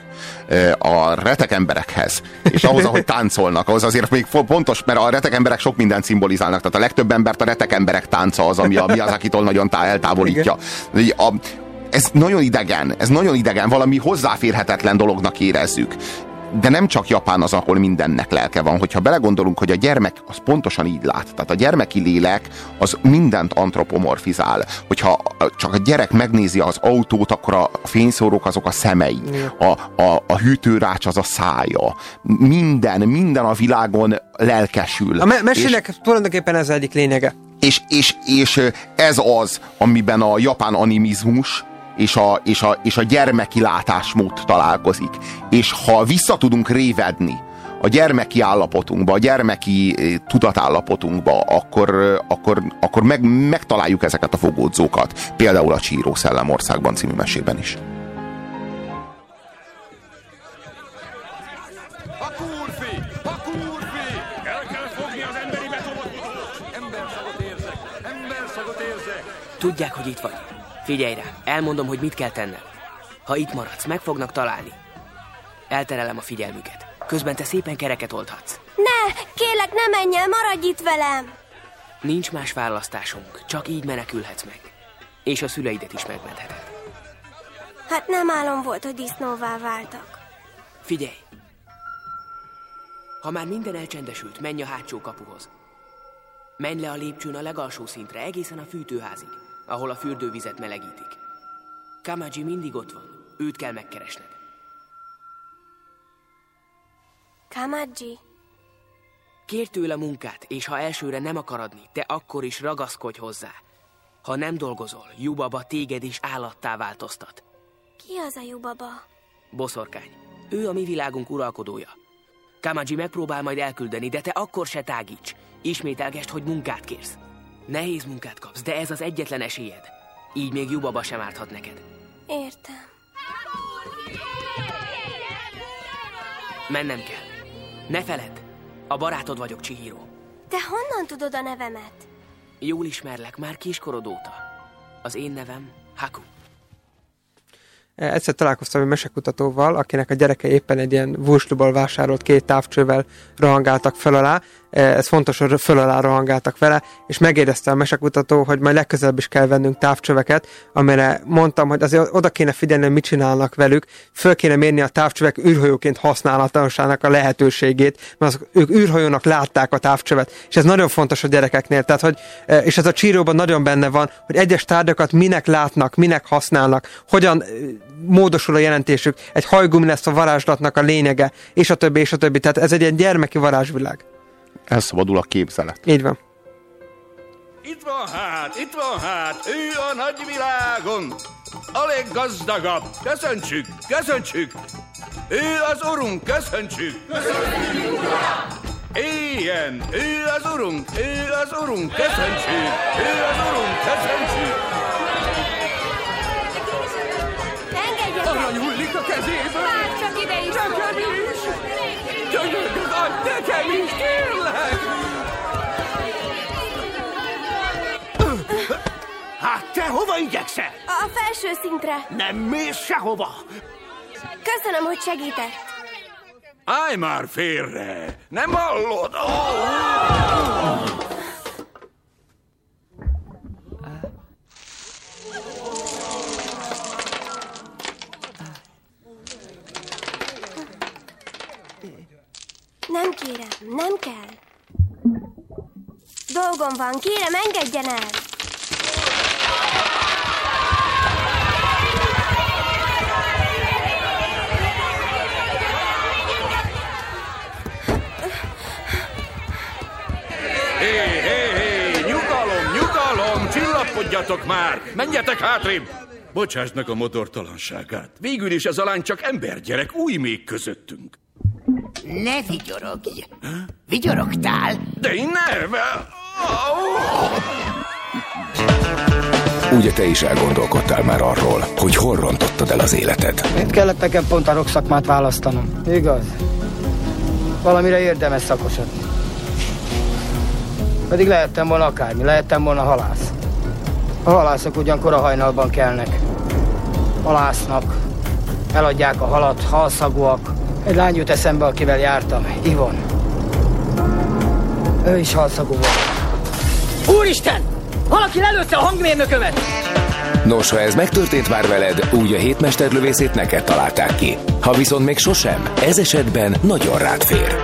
A retek emberekhez, és ahhoz, ahogy táncolnak, ahhoz azért még pontos, mert a retek emberek sok mindent szimbolizálnak, tehát a legtöbb embert a retek emberek tánca az, ami a Miyazakitól nagyon tá- eltávolítja. A, ez nagyon idegen, ez nagyon idegen, valami hozzáférhetetlen dolognak érezzük. De nem csak Japán az, ahol mindennek lelke van. Hogyha belegondolunk, hogy a gyermek az pontosan így lát. Tehát a gyermeki lélek az mindent antropomorfizál. Hogyha csak a gyerek megnézi az autót, akkor a fényszórók azok a szemei. A, a, a hűtőrács az a szája. Minden, minden a világon lelkesül. A me- mesének és, tulajdonképpen ez egyik lényege. És, és, és ez az, amiben a japán animizmus és a, és, a, és a gyermeki látásmód találkozik. És ha vissza tudunk révedni a gyermeki állapotunkba, a gyermeki tudatállapotunkba, akkor, akkor, akkor meg, megtaláljuk ezeket a fogódzókat. Például a Chihiro Szellemországban című mesében is. A kurfi! A kurfi! El kell fogni az emberi betonot! Emberszagot érzek! Emberszagot érzek! Tudják, hogy itt vagy. Figyelj rá, elmondom, hogy mit kell tenned. Ha itt maradsz, meg fognak találni. Elterelem a figyelmüket. Közben te szépen kereket oldhatsz. Ne, kérlek, ne menj el, maradj itt velem! Nincs más választásunk, csak így menekülhetsz meg. És a szüleidet is megmentheted. Hát nem álom volt, hogy disznóvá váltak. Figyelj! Ha már minden elcsendesült, menj a hátsó kapuhoz. Menj le a lépcsőn a legalsó szintre, egészen a fűtőházig, ahol a fürdővizet melegítik. Kamaji mindig ott van, őt kell megkeresned. Kamaji? Kérj tőle munkát, és ha elsőre nem akar adni, te akkor is ragaszkodj hozzá. Ha nem dolgozol, Yubaba téged is állattá változtat. Ki az a Yubaba? Boszorkány. Ő a mi világunk uralkodója. Kamaji megpróbál majd elküldeni, de te akkor se tágíts. Ismételgesd, hogy munkát kérsz. Nehéz munkát kapsz, de ez az egyetlen esélyed. Így még Yubaba sem árthat neked. Értem. Mennem kell. Ne feledd, a barátod vagyok, Chihiro. Te honnan tudod a nevemet? Jól ismerlek, már kiskorod óta. Az én nevem Haku. Egyszer találkoztam egy mesekutatóval, akinek a gyereke éppen egy ilyen vursluból vásárolt két távcsővel rohangáltak föl alá. Ez fontos, hogy föl alá rohangáltak vele, és megérezte a mesekutató, hogy majd legközelebb is kell vennünk távcsöveket, amire mondtam, hogy azért oda kéne figyelni, hogy mit csinálnak velük, föl kéne mérni a távcsövek űrhajóként használatásának a lehetőségét, mert az, ők űrhajónak látták a távcsövet, és ez nagyon fontos a gyerekeknél, tehát, hogy, és ez a Chihiróban nagyon benne van, hogy egyes tárgyakat minek látnak, minek használnak, hogyan módosul a jelentésük, egy hajgumi lesz a varázslatnak a lényege, és a többi, és a többi, tehát ez egy ilyen gyermeki varázsvilág. Elszabadul a képzelet. Így van. Itt van hát, itt van hát, ő a nagyvilágon, a leggazdagabb, köszöntsük, köszöntsük, ő az urunk, köszöntsük. Köszönjük, Éljen, ő az urunk, ő az urunk, köszöntsük, ő az urunk, köszöntsük. Arany hullik a kezéből. Már csak ide is Nekem is. Gyönyörű, nekem is, kérlek. Hát te hova igyekszel? A felső szintre. Nem mész sehova. Köszönöm, hogy segített. Állj már félre! Nem hallod? Oh! Nem kérem, nem kell. Dolgom van, kérem, engedjen el. Hé, hé, hé, nyugalom, nyugalom, csillapodjatok már, menjetek hátrébb. Bocsáss meg a motortalanságát. Végül is ez a lány csak embergyerek, új még közöttünk. Ne vigyorogj. Vigyorogtál? De én nem. Ugye te is elgondolkodtál már arról, hogy hol rontottad el az életed? Miért kellett nekem pont a rokszakmát választanom? Igaz? Valamire érdemes szakosodni. Pedig lehettem volna akármi, lehettem volna halász. A halászok ugyankor a hajnalban kelnek. Halásznak, eladják a halat, halszagúak. Egy lány jut eszembe, akivel jártam, Ivon. Ő is halszagú volt. Úristen! Valaki lelőtte a hangmérnökömet! Nos, ha ez megtörtént már veled, úgy a hétmesterlövészét neked találták ki. Ha viszont még sosem, ez esetben nagyon rád fér.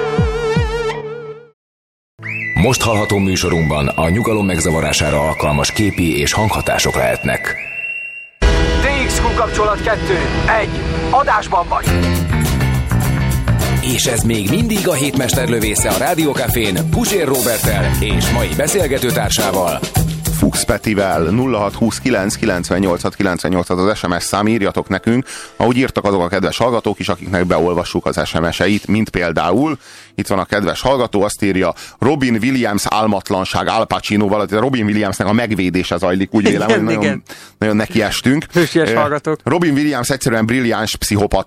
Most hallható műsorunkban a nyugalom megzavarására alkalmas képi és hanghatások lehetnek. té iksz kú kapcsolat kettő, egy, adásban vagy! És ez még mindig a hétmesterlövésze a Rádió Cafén Puzsér Roberttel és mai beszélgetőtársával, Fuchs Petivel. Nulla hat huszonkilenc kilencvennyolc kilencvennyolc az es em es szám, írjatok nekünk, ahogy írtak azok a kedves hallgatók is, akiknek beolvassuk az es em es-eit, mint például itt van a kedves hallgató, azt írja, Robin Williams álmatlanság Al Pacinoval, tehát Robin Williamsnek a megvédése zajlik, úgy vélem, hogy nagyon, nagyon nekiestünk. Hősies hallgatók. Robin Williams egyszerűen brilliáns pszichopata.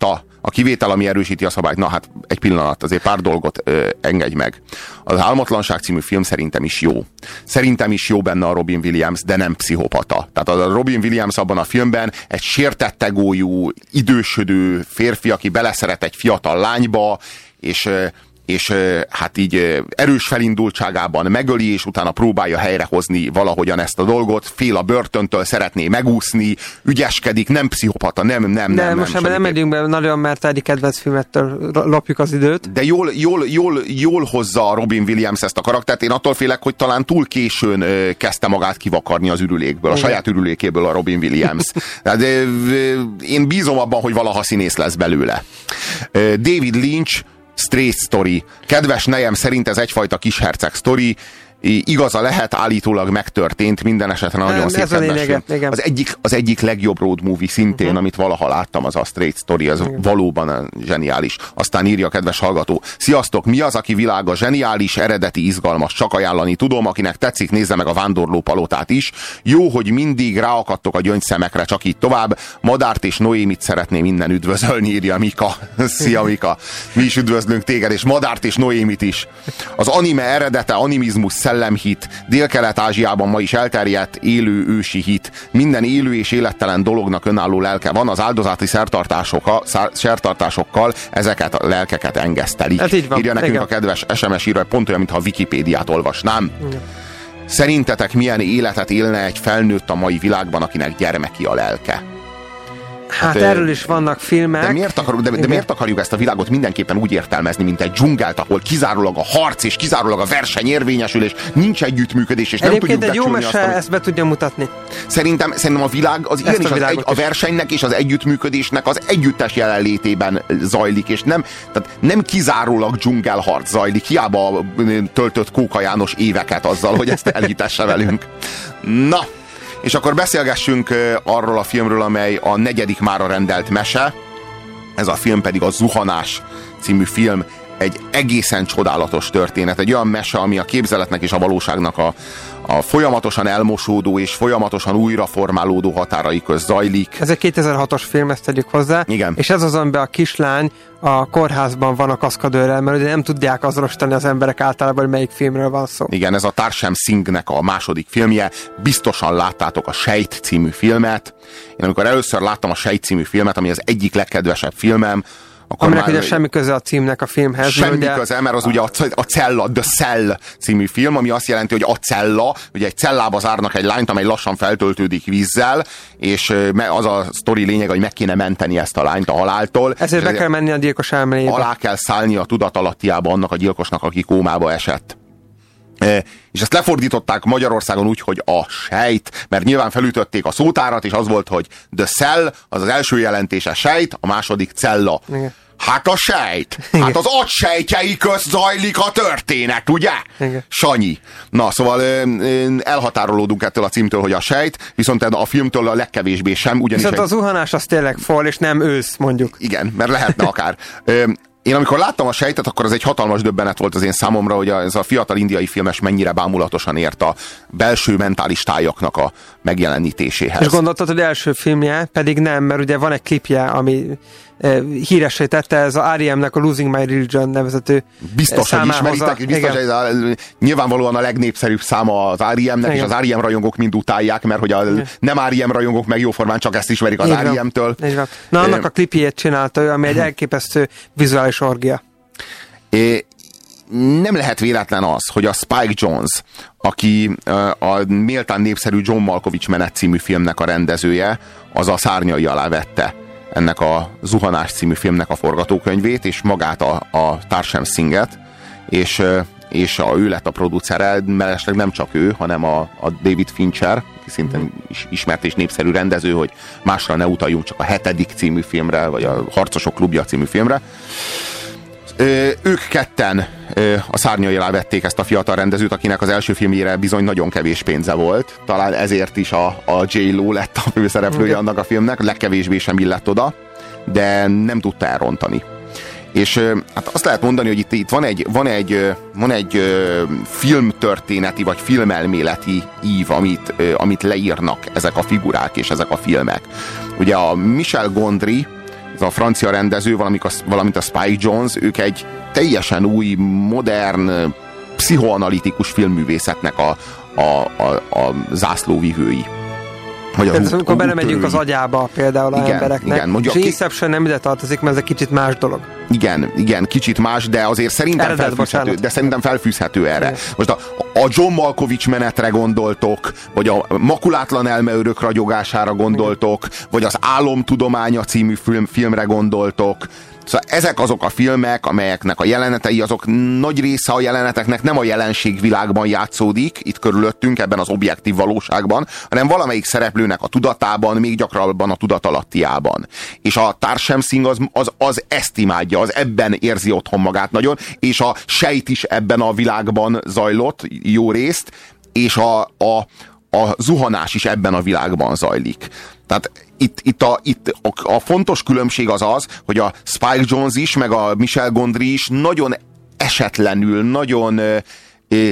A kivétel, ami erősíti a szabályt. Na hát, egy pillanat, azért pár dolgot ö, engedj meg. Az Álmatlanság című film szerintem is jó. Szerintem is jó benne a Robin Williams, de nem pszichopata. Tehát a Robin Williams abban a filmben egy sértett egójú, idősödő férfi, aki beleszeret egy fiatal lányba, és... és hát így erős felindultságában megöli, és utána próbálja helyrehozni valahogyan ezt a dolgot, fél a börtöntől, szeretné megúszni, ügyeskedik, nem pszichopata, nem, nem, de nem. most nem, ebben nem megyünk be nagyon, mert egyik kedvenc filmettől lopjuk az időt. De jól, jól, jól, jól hozza a Robin Williams ezt a karaktert. Én attól félek, hogy talán túl későn ö, kezdte magát kivakarni az ürülékből, a saját ürülékéből a Robin Williams. Tehát, ö, ö, én bízom abban, hogy valaha színész lesz belőle. Ö, David Lynch, Straight Story. Kedves nejem szerint ez egyfajta kisherceg sztori. Igaza lehet, állítólag megtörtént, minden esetre nagyon Nem, szép kedves film. Az egyik, az egyik legjobb road movie szintén, uh-huh. amit valaha láttam, az a Straight Story, ez uh-huh. valóban zseniális. Aztán írja a kedves hallgató. Sziasztok, mi az, aki világa zseniális, eredeti, izgalmas, csak ajánlani tudom, akinek tetszik, nézze meg a Vándorló palotát is. Jó, hogy mindig ráakadtok a gyöngyszemekre, csak így tovább. Madárt és Noémit szeretném innen üdvözölni, írja Mika. Szia Mika, mi is üdvözlünk téged, és Madárt és Noémit is. Az anime eredete, animizmus, szellemhit, Dél-Kelet-Ázsiában ma is elterjedt élő ősi hit. Minden élő és élettelen dolognak önálló lelke van, az áldozati szertartásokkal, szertartásokkal ezeket a lelkeket engesztelik. Hát így van. Írja nekünk Igen. a kedves es em es író, pont olyan, mintha a Wikipédiát olvasnám. Igen. Szerintetek milyen életet élne egy felnőtt a mai világban, akinek gyermeki a lelke? Hát, hát erről is vannak filmek. De miért, akarjuk, de, de miért akarjuk ezt a világot mindenképpen úgy értelmezni, mint egy dzsungelt, ahol kizárólag a harc és kizárólag a verseny érvényesül, és nincs együttműködés, és egyébként nem tudjuk egy jó mese azt, amit... ezt be tudja mutatni. Szerintem, szerintem a világ az ilyen is az egy, a versenynek és az együttműködésnek az együttes jelenlétében zajlik, és nem, tehát nem kizárólag dzsungelharc zajlik, hiába töltött Kóka János éveket azzal, hogy ezt elhitesse velünk. Na! És akkor beszélgessünk arról a filmről, amely a negyedik mára rendelt mese. Ez a film pedig a Zuhanás című film. Egy egészen csodálatos történet. Egy olyan mese, ami a képzeletnek és a valóságnak a, a folyamatosan elmosódó és folyamatosan újraformálódó határai közt zajlik. Ez egy kétezer-hatos film, ezt tegyük hozzá. Igen. És ez az, amiben a kislány a kórházban van a kaszkadőrrel, mert ugye nem tudják azonosítani az emberek általában, hogy melyik filmről van szó. Igen, ez a Tarsem Singhnek a második filmje. Biztosan láttátok a Sejt című filmet. Én amikor először láttam a Sejt című filmet, ami az egyik legkedvesebb filmem, akkor aminek már... ugye semmi köze a címnek a filmhez. Semmi ugye... köze, mert az ugye a, a Cella, The Cell című film, ami azt jelenti, hogy a cella, ugye egy cellába zárnak egy lányt, amely lassan feltöltődik vízzel, és az a sztori lényeg, hogy meg kéne menteni ezt a lányt a haláltól. Ezért be kell menni a gyilkos elméjébe. Alá kell szállni a tudatalattiába annak a gyilkosnak, aki kómába esett. E, és ezt lefordították Magyarországon úgy, hogy a sejt, mert nyilván felütötték a szótárat, és az volt, hogy the cell, az az első jelentése sejt, a második cella. Igen. Hát a sejt, igen. Hát az agysejtjei közt zajlik a történet, ugye? Igen. Sanyi. Na, szóval elhatárolódunk ettől a címtől, hogy a sejt, viszont a filmtől a legkevésbé sem. Ugyanis viszont egy... a zuhanás az tényleg fall, és nem ősz, mondjuk. Igen, mert lehetne akár. Én amikor láttam a Sejtet, akkor az egy hatalmas döbbenet volt az én számomra, hogy ez a fiatal indiai filmes mennyire bámulatosan ért a belső mentális tájaknak a megjelenítéséhez. És gondoltad, hogy első filmje, pedig nem, mert ugye van egy klipje, ami e, híressé tette, ez a er e em-nek a Losing My Religion nevezető biztos, hogy ismeritek, biztos, hogy ez a, nyilvánvalóan a legnépszerűbb száma az er e em-nek, igen. És az er e em rajongók mind utálják, mert hogy a igen. nem er e em rajongók meg jóformán csak ezt ismerik az er e em-től. Na, annak a klipjét csinálta ő, ami egy elképesztő vizuális orgia. É, nem lehet véletlen az, hogy a Spike Jonze, aki a méltán népszerű John Malkovich menet című filmnek a rendezője, az a szárnyai alá vette ennek a Zuhanás című filmnek a forgatókönyvét, és magát a, a Tarsem Singhet, és, és a, ő lett a producere, mellesleg nem csak ő, hanem a, a David Fincher, aki szintén is ismert és népszerű rendező, hogy másra ne utaljunk, csak a Hetedik című filmre, vagy a Harcosok klubja című filmre. Ö, ők ketten ö, a szárnyai alá vették ezt a fiatal rendezőt, akinek az első filmjére bizony nagyon kevés pénze volt. Talán ezért is a, a J-Lo lett a főszereplője annak a filmnek, legkevésbé sem illett oda, de nem tudta elrontani. És ö, hát azt lehet mondani, hogy itt, itt van egy, van egy, ö, van egy ö, filmtörténeti vagy filmelméleti ív, amit, ö, amit leírnak ezek a figurák és ezek a filmek. Ugye a Michel Gondry, ez a francia rendező, valamint a, valamint a Spike Jonze, ők egy teljesen új, modern, pszichoanalitikus filmművészetnek a, a, a, a zászlóvivői. Vagy a hút, amikor belemegyünk az agyába például az embereknek, igen, mondja, és Inception nem ide tartozik, mert ez egy kicsit más dolog. Igen, igen, kicsit más, de azért szerintem Eredet, felfűzhető, bocsánat. de szerintem felfűzhető erre. Igen. Most a, a John Malkovich menetre gondoltok, vagy a Makulátlan elmeörök ragyogására gondoltok, igen. vagy az Álomtudománya című film, filmre gondoltok. Szóval ezek azok a filmek, amelyeknek a jelenetei, azok nagy része a jeleneteknek nem a jelenségvilágban játszódik, itt körülöttünk, ebben az objektív valóságban, hanem valamelyik szereplőnek a tudatában, még gyakrabban a tudatalattiában. És a Tarsem az, az, az ezt imádja, az ebben érzi otthon magát nagyon, és a sejt is ebben a világban zajlott jó részt, és a, a, a zuhanás is ebben a világban zajlik. Tehát itt, itt, a, itt a, a fontos különbség az az, hogy a Spike Jonze is, meg a Michel Gondry is nagyon esetlenül, nagyon ö, ö,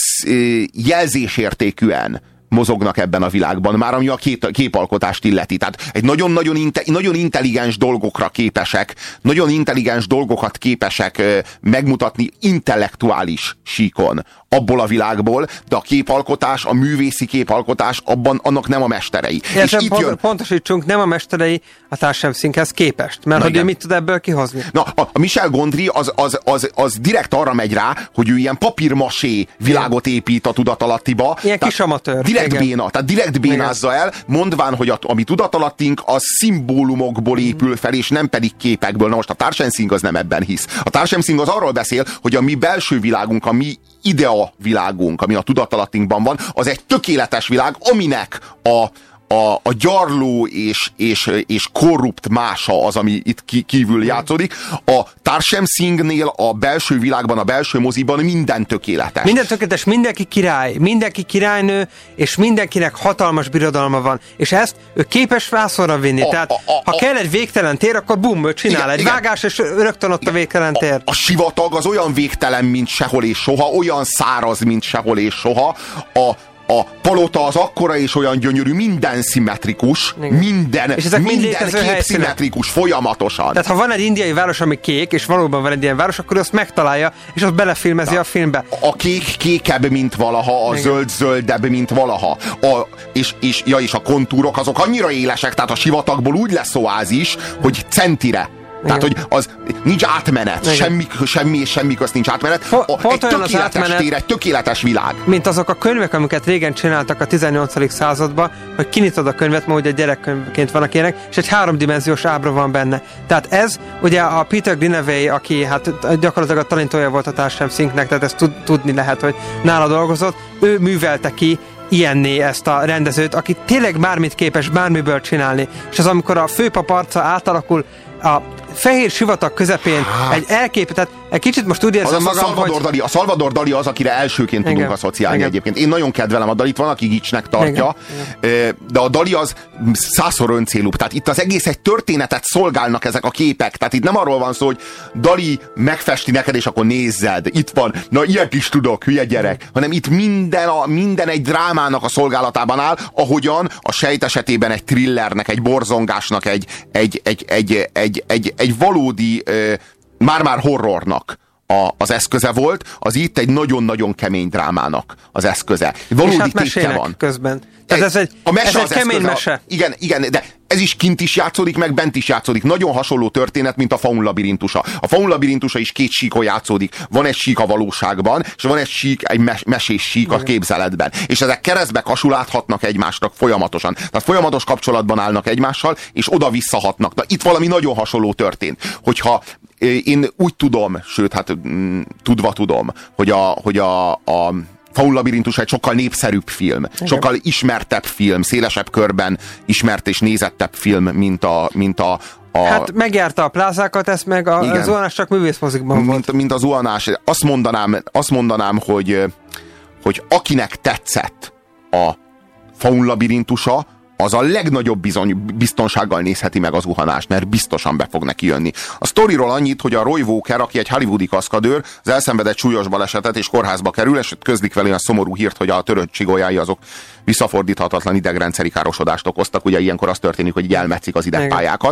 ö, jelzésértékűen mozognak ebben a világban, már ami a két, képalkotást illeti. Tehát egy nagyon-nagyon inte, nagyon intelligens dolgokra képesek, nagyon intelligens dolgokat képesek ö, megmutatni intellektuális síkon abból a világból, de a képalkotás, a művészi képalkotás abban annak nem a mesterei. És itt pont, jön... Pontosítsunk, nem a mesterei a Tarsem-színhez képest, mert hogy ő mit tud ebből kihozni? Na, a, a Michel Gondry az, az, az, az direkt arra megy rá, hogy ő ilyen papírmasé világot épít a tudatalattiba. Ilyen kis amatőr. Direkt igen. béna, tehát direkt bénázza el, mondván, hogy a, ami tudatalattink, az szimbólumokból épül fel, és nem pedig képekből. Na most a Tarsem-szín az nem ebben hisz. A Tarsem-szín az arról beszél, hogy a mi belső világunk, a mi idea világunk, ami a tudatalattinkban van, az egy tökéletes világ, aminek a, a, a gyarló és, és, és korrupt mása az, ami itt kívül játszódik. A Tarsem-színnél a belső világban, a belső moziban minden tökéletes. Minden tökéletes, mindenki király, mindenki királynő, és mindenkinek hatalmas birodalma van. És ezt ő képes vászonra vinni. A, Tehát, a, a, ha a, kell egy végtelen tér, akkor bum, ő csinál igen, egy igen. vágás, és rögtön ott igen, a végtelen tér. A, a sivatag az olyan végtelen, mint sehol és soha, olyan száraz, mint sehol és soha. A A palota az akkora és olyan gyönyörű, minden szimmetrikus, igen. minden, minden kép szimmetrikus, folyamatosan. Tehát ha van egy indiai város, ami kék, és valóban van egy ilyen város, akkor azt megtalálja, és azt belefilmezi Na, a filmbe. A kék kékebb, mint valaha, a igen. zöld zöldebb, mint valaha. A, és, és, ja, és a kontúrok azok annyira élesek, tehát a sivatagból úgy lesz oázis, hogy centire. Tehát, hogy az nincs átmenet, igen. semmi, semmi és semmi közt nincs átmenet. A, egy tökéletes átmenet, tér, egy tökéletes világ. Mint azok a könyvek, amiket régen csináltak a tizennyolcadik században, hogy kinyitod a könyvet, ma ugye gyerekkönyvként vannak ilyenek, és egy háromdimenziós ábra van benne. Tehát ez, ugye a Peter Greenaway, aki hát gyakorlatilag a talentója volt a Tarsem-színknek, tehát ezt tud, tudni lehet, hogy nála dolgozott, ő művelte ki ilyenné ezt a rendezőt, aki tényleg bármit képes bármiből csinálni. És az, amikor a főpap arca átalakul a fehér sivatag közepén hát. egy elképetett, egy kicsit most úgy érzem magam, a Salvador hogy... Dali, a Salvador Dali az, akire elsőként igen. tudunk asszociálni igen. egyébként. Én nagyon kedvelem a Dalit, van, aki gicsnek tartja, igen. de a Dali az százszor öncélúbb. Tehát itt az egész egy történetet szolgálnak ezek a képek. Tehát itt nem arról van szó, hogy Dali megfesti neked, és akkor nézzed. Itt van, na ilyet is tudok, hülye gyerek. Hanem itt minden, a, minden egy drámának a szolgálatában áll, ahogyan a Sejt esetében egy thrillernek, egy borzongásnak, egy, egy, egy, egy, egy, egy, egy valódi ö, már-már horrornak a, az eszköze volt, az itt egy nagyon-nagyon kemény drámának az eszköze. Valódi és hát van. Közben. Tehát ez egy, a mese ez egy kemény eszköze. Mese. Igen, igen, de ez is kint is játszódik, meg bent is játszódik. Nagyon hasonló történet, mint a Faun labirintusa. A Faun labirintusa is két síkon játszódik. Van egy sík a valóságban, és van egy sík, egy mes- mesés sík igen. a képzeletben. És ezek keresztbe kasuláthatnak egymásnak folyamatosan. Tehát folyamatos kapcsolatban állnak egymással, és oda-visszahatnak. Na, itt valami nagyon hasonló történt. Hogyha én úgy tudom, sőt, hát m, tudva tudom, hogy a, hogy a, a Faun labirintus egy sokkal népszerűbb film, igen. sokkal ismertebb film, szélesebb körben ismert és nézettebb film, mint a, mint a, a... Hát megjárta a plázákat, ez meg a, a zuhanás csak művészmozikban mint, volt. Mint a zuhanás. Azt mondanám, azt mondanám hogy, hogy akinek tetszett a Faun labirintusa, az a legnagyobb bizony, biztonsággal nézheti meg az zuhanást, mert biztosan be fog neki jönni. A sztoriról annyit, hogy a Roy Walker, aki egy hollywoodi kaszkadőr, az elszenvedett súlyos balesetet és kórházba kerül, és közlik vele a szomorú hírt, hogy a törött csigolyái azok visszafordíthatatlan idegrendszeri károsodást okoztak. Ugye ilyenkor az történik, hogy így elmetszik az idegpályákat.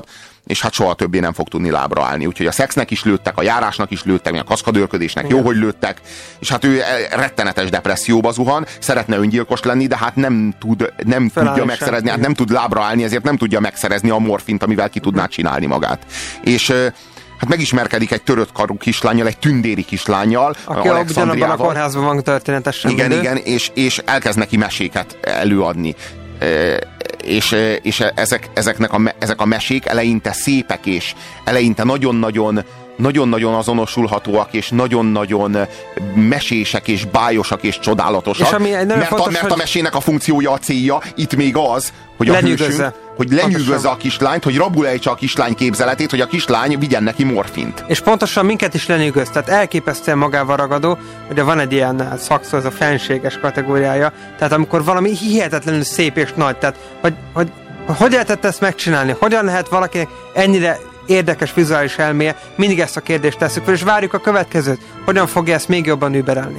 és hát soha többé nem fog tudni lábra állni. Úgyhogy a szexnek is lőttek, a járásnak is lőttek, a kaszkadőrködésnek igen. Jó, hogy lőttek, és hát ő rettenetes depresszióba zuhan, szeretne öngyilkos lenni, de hát nem tud, nem tudja megszerezni, hát nem tud lábra állni, ezért nem tudja megszerezni a morfint, amivel ki tudná csinálni magát. És hát megismerkedik egy törött karú kislánnyal, egy tündéri kislánnyal, aki ugyanabban a kórházban van történetesen. Igen, idő. igen, és, és elkezd neki meséket előadni. E, és, és ezek, ezeknek a, ezek a mesék eleinte szépek, és eleinte nagyon-nagyon nagyon-nagyon azonosulhatóak, és nagyon-nagyon mesések, és bájosak, és csodálatosak. És ami mert, fontos, a, mert a mesének a funkciója, a célja itt még az, hogy a hősünk, hogy lenyűgözze a kislányt, hogy rabul ejtse a kislány képzeletét, hogy a kislány vigyen neki morfint. És pontosan minket is lenyűgöz, tehát elképesztően magával ragadó, ugye van egy ilyen szakszó, ez a fenséges kategóriája, tehát amikor valami hihetetlenül szép és nagy, tehát hogy, hogy, hogy lehetett ezt megcsinálni, hogyan lehet valakinek ennyire érdekes vizuális elméje, mindig ezt a kérdést tesszük fel, és várjuk a következőt. Hogyan fogja ezt még jobban überelni?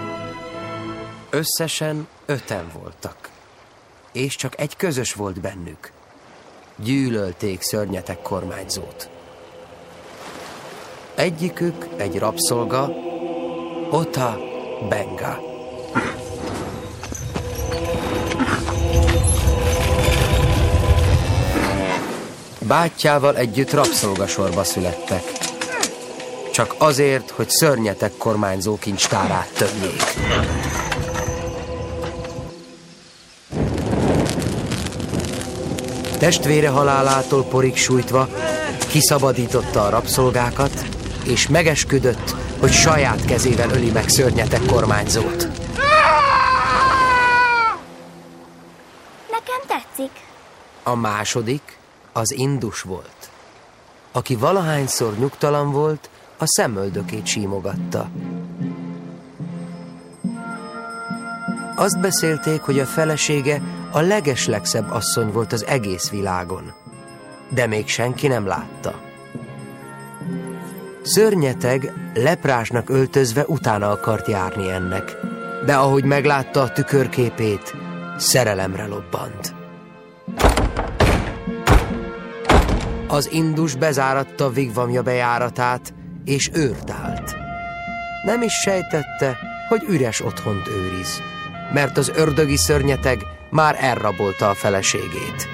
Összesen öten voltak. És csak egy közös volt bennük. Gyűlölték szörnyetek kormányzót. Egyikük egy rabszolga, Ota Benga. Bátyjával együtt rabszolgasorba születtek. Csak azért, hogy szörnyetek kormányzó kincstárát tömjék. Testvére halálától porig sújtva kiszabadította a rabszolgákat, és megesküdött, hogy saját kezével öli meg szörnyetek kormányzót. Nekem tetszik. A második az Indus volt, aki valahányszor nyugtalan volt, a szemöldökét símogatta. Azt beszélték, hogy a felesége a legeslegszebb asszony volt az egész világon, de még senki nem látta. Szörnyeteg leprásnak öltözve utána akart járni ennek, de ahogy meglátta a tükörképét, szerelemre lobbant. Az Indus bezáratta vigvamja bejáratát, és őrt állt. Nem is sejtette, hogy üres otthont őriz, mert az ördögi szörnyeteg már elrabolta a feleségét.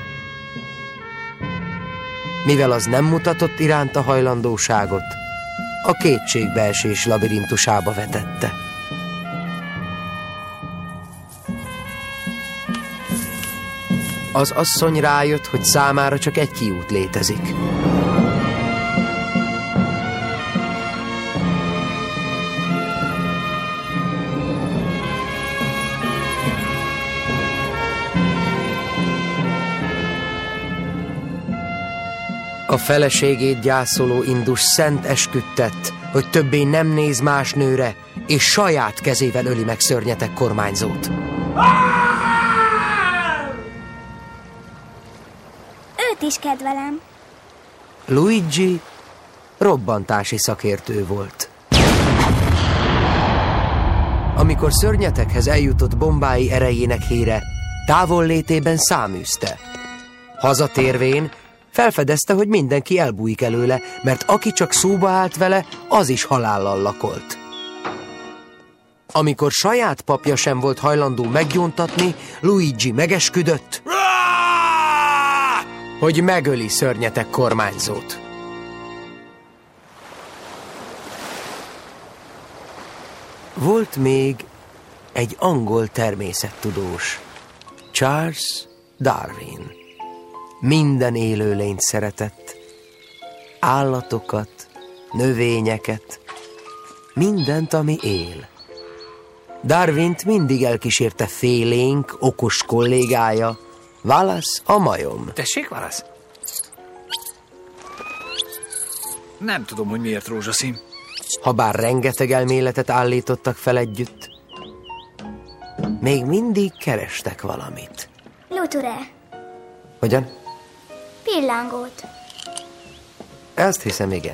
Mivel az nem mutatott iránta hajlandóságot, a kétségbeesés labirintusába vetette. Az asszony rájött, hogy számára csak egy kiút létezik. A feleségét gyászoló Indus szent esküt tett, hogy többé nem néz más nőre, és saját kezével öli meg szörnyetek kormányzót. Őt is kedvelem. Luigi robbantási szakértő volt. Amikor szörnyetekhez eljutott bombái erejének híre, távollétében száműzte. Hazatérvén felfedezte, hogy mindenki elbújik előle, mert aki csak szóba állt vele, az is halállal lakolt. Amikor saját papja sem volt hajlandó meggyóntatni, Luigi megesküdött, hogy megöli szörnyetek kormányzót. Volt még egy angol természettudós, Charles Darwin. Minden élőlényt szeretett, állatokat, növényeket, mindent, ami él. Darwint mindig elkísérte félénk, okos kollégája, Wallace a majom. Tessék, Wallace? Nem tudom, hogy miért rózsaszín. Habár rengeteg elméletet állítottak fel együtt, még mindig kerestek valamit. Luture. Hogyan? Pillangót. Ezt hiszem, igen.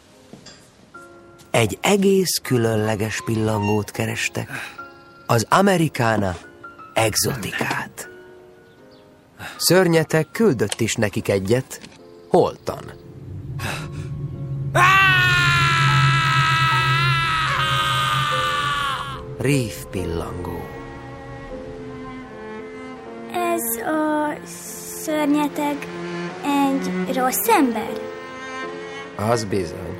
Egy egész különleges pillangót kerestek. Az Americana exotikát. Szörnyetek küldött is nekik egyet, holtan. Révpillangó. Ez a szörnyeteg egy rossz ember? Az bizony.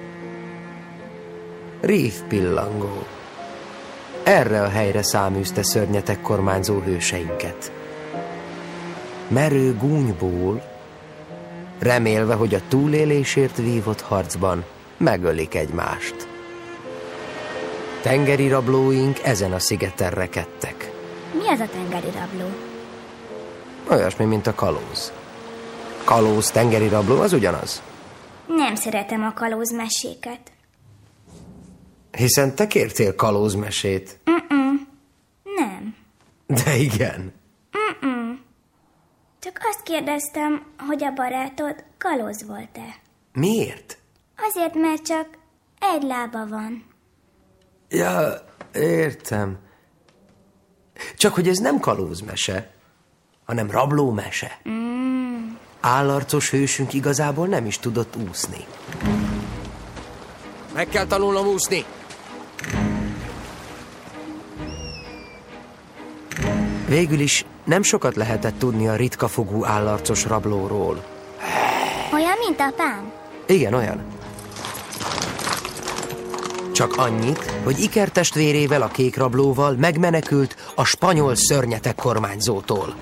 Révpillangó. Erre a helyre száműzte szörnyeteg kormányzó hőseinket. Merő gúnyból, remélve, hogy a túlélésért vívott harcban megölik egymást. Tengeri rablóink ezen a szigeten rekedtek. Mi az a tengeri rabló? Olyasmi, mint a kalóz. Kalóz, tengeri rabló, az ugyanaz. Nem szeretem a kalózmeséket. Hiszen te kértél kalózmesét. Mm-mm. Nem. De igen. Mm-mm. Csak azt kérdeztem, hogy a barátod kalóz volt-e. Miért? Azért, mert csak egy lába van. Ja, értem. Csak hogy ez nem kalózmese, hanem rablómese. Mm. Állarcos hősünk igazából nem is tudott úszni. Meg kell tanulnom úszni. Végül is nem sokat lehetett tudni a ritkafogú állarcos rablóról. Olyan, mint apám? Igen, olyan. Csak annyit, hogy ikertestvérével, a kék rablóval megmenekült a spanyol szörnyeteg kormányzótól.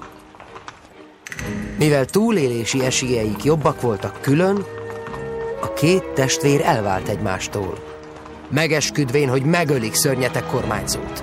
Mivel túlélési esélyeik jobbak voltak külön, a két testvér elvált egymástól, megesküdvén, hogy megölik szörnyeteg kormányzót.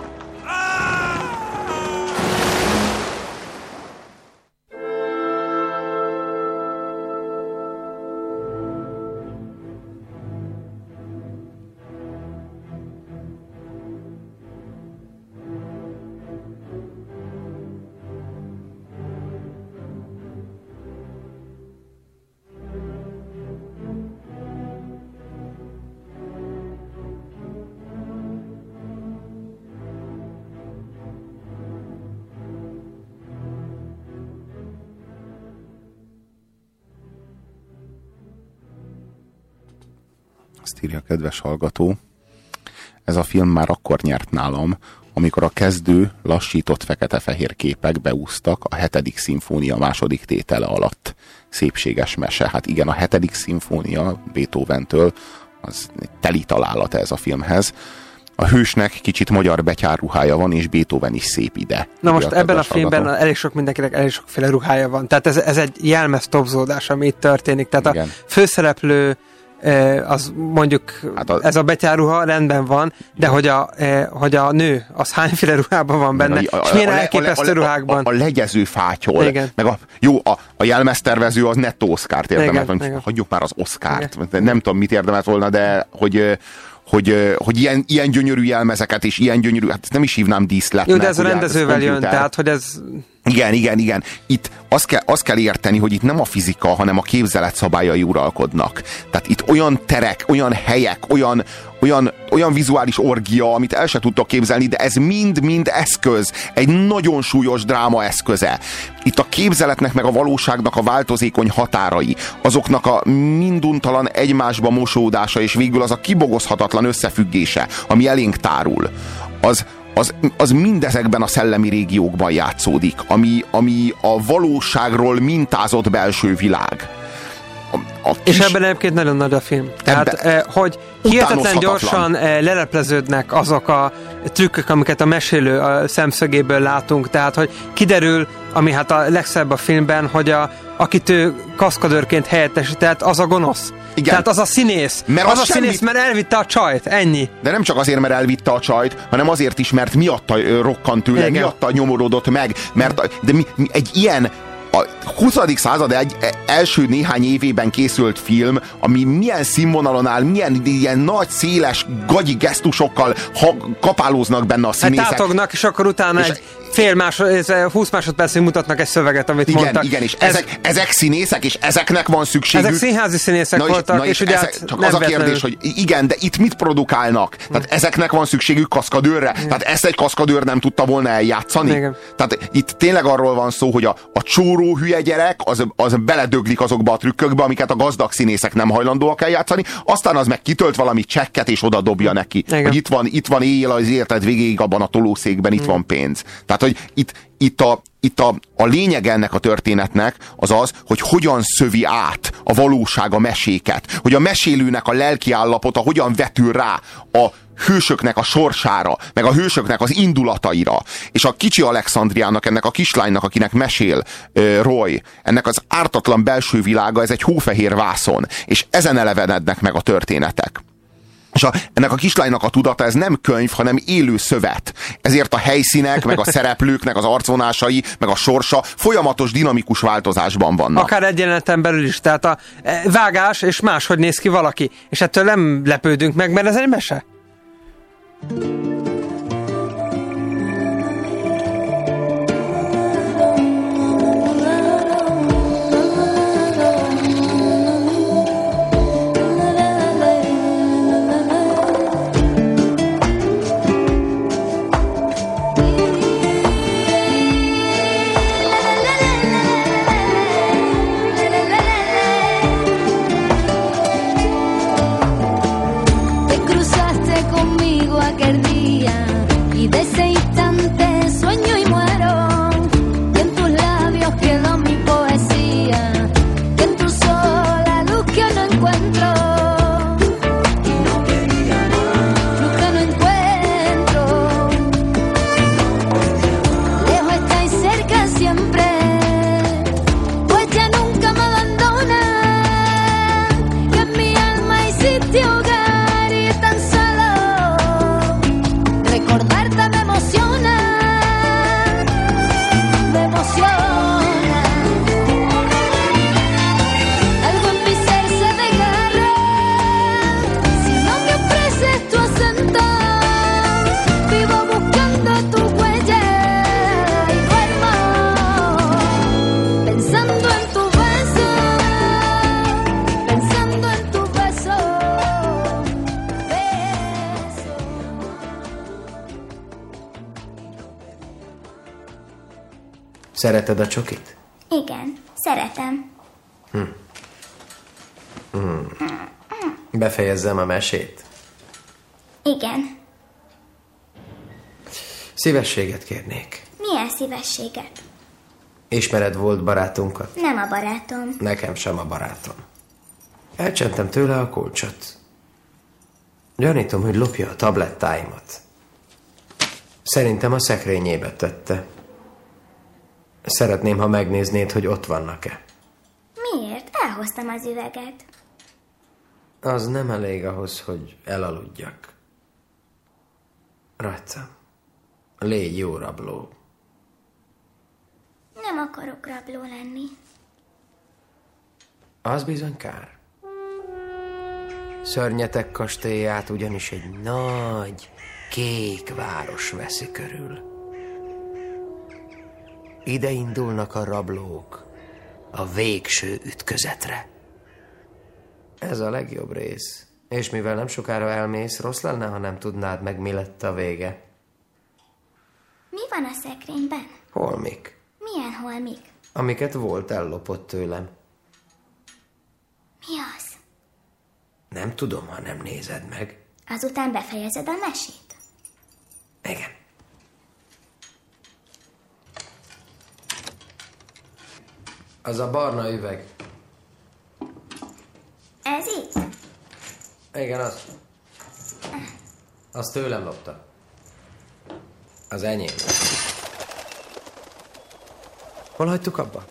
Azt írja a kedves hallgató, ez a film már akkor nyert nálam, amikor a kezdő, lassított fekete-fehér képek beúsztak a hetedik szimfónia második tétele alatt. Szépséges mese. Hát igen, a hetedik szimfónia Beethoventől az teli találat ez a filmhez. A hősnek kicsit magyar betyárruhája van, és Beethoven is szép ide. Na most ebben a filmben hallgató. elég sok mindenkinek elég sokféle ruhája van. Tehát ez, ez egy jelmez topzódás, ami itt történik. Tehát igen. A főszereplő az mondjuk hát a, ez a betyárruha rendben van, de hogy a, hogy a nő az hányféle ruhában van benne, a, a, és milyen elképesztő a, a, ruhákban. A, a legyező fátyol, igen. meg a, jó, a, a jelmeztervező az nettó Oscart érdemelt, igen, igen. Hagyjuk már az Oscart, igen. Nem tudom mit érdemelt volna, de hogy hogy, hogy ilyen, ilyen gyönyörű jelmezeket és ilyen gyönyörű, hát nem is hívnám díszletnek. Jó, de ez a rendezővel jön, tehát hogy ez... Igen, igen, igen. Itt azt kell, azt kell érteni, hogy itt nem a fizika, hanem a képzelet szabályai uralkodnak. Tehát itt olyan terek, olyan helyek, olyan, olyan, olyan vizuális orgia, amit el se tudtok képzelni, de ez mind-mind eszköz. Egy nagyon súlyos dráma eszköze. Itt a képzeletnek meg a valóságnak a változékony határai, azoknak a minduntalan egymásba mosódása, és végül az a kibogozhatatlan összefüggése, ami elénk tárul, az Az, az mindezekben a szellemi régiókban játszódik, ami, ami a valóságról mintázott belső világ. A, a kis... És ebben egyébként nagyon nagy a film. Tehát, eh, hogy hihetetlen gyorsan eh, lelepleződnek azok a trükkök, amiket a mesélő a szemszögéből látunk. Tehát, hogy kiderül, ami hát a legszebb a filmben, hogy a, akit ő kaszkadőrként helyettesített, az a gonosz. Igen. Tehát az a színész. Mert az, az a semmit... színész, mert elvitte a csajt, ennyi. De nem csak azért, mert elvitte a csajt, hanem azért is, mert miatta rokkant tőle, igen. miatta nyomorodott meg. Mert de mi, mi, egy ilyen a huszadik század egy első néhány évében készült film, ami milyen színvonalon áll, milyen ilyen nagy, széles, gagyi gesztusokkal ha, kapálóznak benne a színészek. Hát tátognak, és akkor utána és egy fél másod, húsz másodpercig mutatnak egy szöveget, amit igen, mondtak. Igen, és ez, ezek, ezek színészek, és ezeknek van szükségük. Ezek színházi színészek na voltak, és, és, és és ugye ezek, csak az a kérdés, hogy igen, de itt mit produkálnak? Tehát hm. ezeknek van szükségük kaszkadőrre? Igen. Tehát ezt egy kaszkadőr nem tudta volna eljátszani? Igen. Tehát itt tényleg arról van szó, hogy a, a csóró hülye gyerek, az, az beledöglik azokba a trükkökbe, amiket a gazdag színészek nem hajlandóak eljátszani, aztán az meg kitölt valami csekket, és oda dobja neki. Igen. Hogy itt van, itt van éjjel az életed végéig abban a tolószékben, itt hmm. van pénz. Tehát, hogy itt, itt, a, itt a, a lényeg ennek a történetnek az az, hogy hogyan szövi át a valóság a meséket. Hogy a mesélőnek a lelki állapota hogyan vetül rá a hősöknek a sorsára, meg a hősöknek az indulataira. És a kicsi Alexandriának, ennek a kislánynak, akinek mesél uh, Roy, ennek az ártatlan belső világa, ez egy hófehér vászon. És ezen elevenednek meg a történetek. És a, ennek a kislánynak a tudata, ez nem könyv, hanem élő szövet. Ezért a helyszínek, meg a szereplőknek az arcvonásai, meg a sorsa folyamatos dinamikus változásban vannak. Akár egy jeleneten belül is. Tehát a vágás, és máshogy néz ki valaki. És ettől nem lepődünk meg, mert ez egy mese. Szereted a csokit? Igen, szeretem. Hm. Hm. Befejezzem a mesét? Igen. Szívességet kérnék. Milyen szívességet? Ismered volt barátunkat? Nem a barátom. Nekem sem a barátom. Elcsentem tőle a kulcsot. Gyanítom, hogy lopja a tablettáimat. Szerintem a szekrényébe tette. Szeretném, ha megnéznéd, hogy ott vannak-e. Miért? Elhoztam az üveget. Az nem elég ahhoz, hogy elaludjak. Rajta. Légy jó rabló. Nem akarok rabló lenni. Az bizony kár. Szörnyetek kastélyát ugyanis egy nagy, kék város veszi körül. Ide indulnak a rablók a végső ütközetre. Ez a legjobb rész. És mivel nem sokára elmész, rossz lenne, ha nem tudnád meg, mi lett a vége. Mi van a szekrényben? Holmik. Milyen holmik? Amiket volt ellopott tőlem. Mi az? Nem tudom, ha nem nézed meg. Azután befejezed a mesét? Igen. Az a barna üveg. Ez itt? Igen, az. Azt tőlem lopta. Az enyém. Hol hagytuk abba?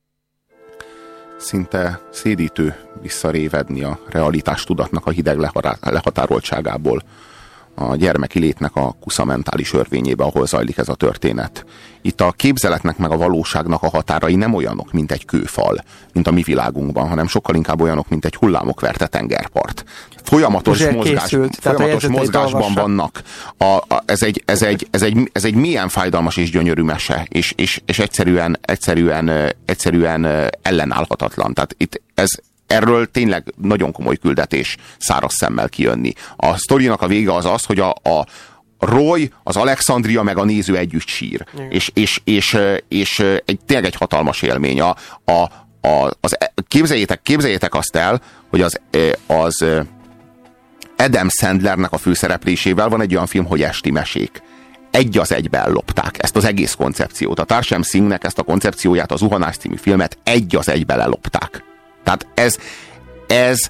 Szinte szédítő visszarévedni a realitástudatnak a hideg lehatároltságából. a gyermeki létnek a kusza mentális örvényébe, ahol zajlik ez a történet. Itt a képzeletnek meg a valóságnak a határai nem olyanok, mint egy kőfal, mint a mi világunkban, hanem sokkal inkább olyanok, mint egy hullámok verte tengerpart. Folyamatos, mozgás, készült, folyamatos mozgásban olvassa. vannak. A, a, ez, egy, ez, egy, ez, egy, ez egy milyen fájdalmas és gyönyörű mese, és, és, és egyszerűen, egyszerűen, egyszerűen ellenállhatatlan. Tehát itt ez erről tényleg nagyon komoly küldetés száraz szemmel kijönni. A sztorinak a vége az az, hogy a, a Roy, az Alexandria meg a néző együtt sír. És, és, és, és egy, tényleg egy hatalmas élmény. A, a, a, az, képzeljétek, képzeljétek azt el, hogy az, az Adam Sandlernek a főszereplésével van egy olyan film, hogy Esti mesék. Egy az egybe ellopták ezt az egész koncepciót. A Tarsem Singhnek ezt a koncepcióját, az Zuhanás című filmet egy az egybe lelopták. Tehát ez, ez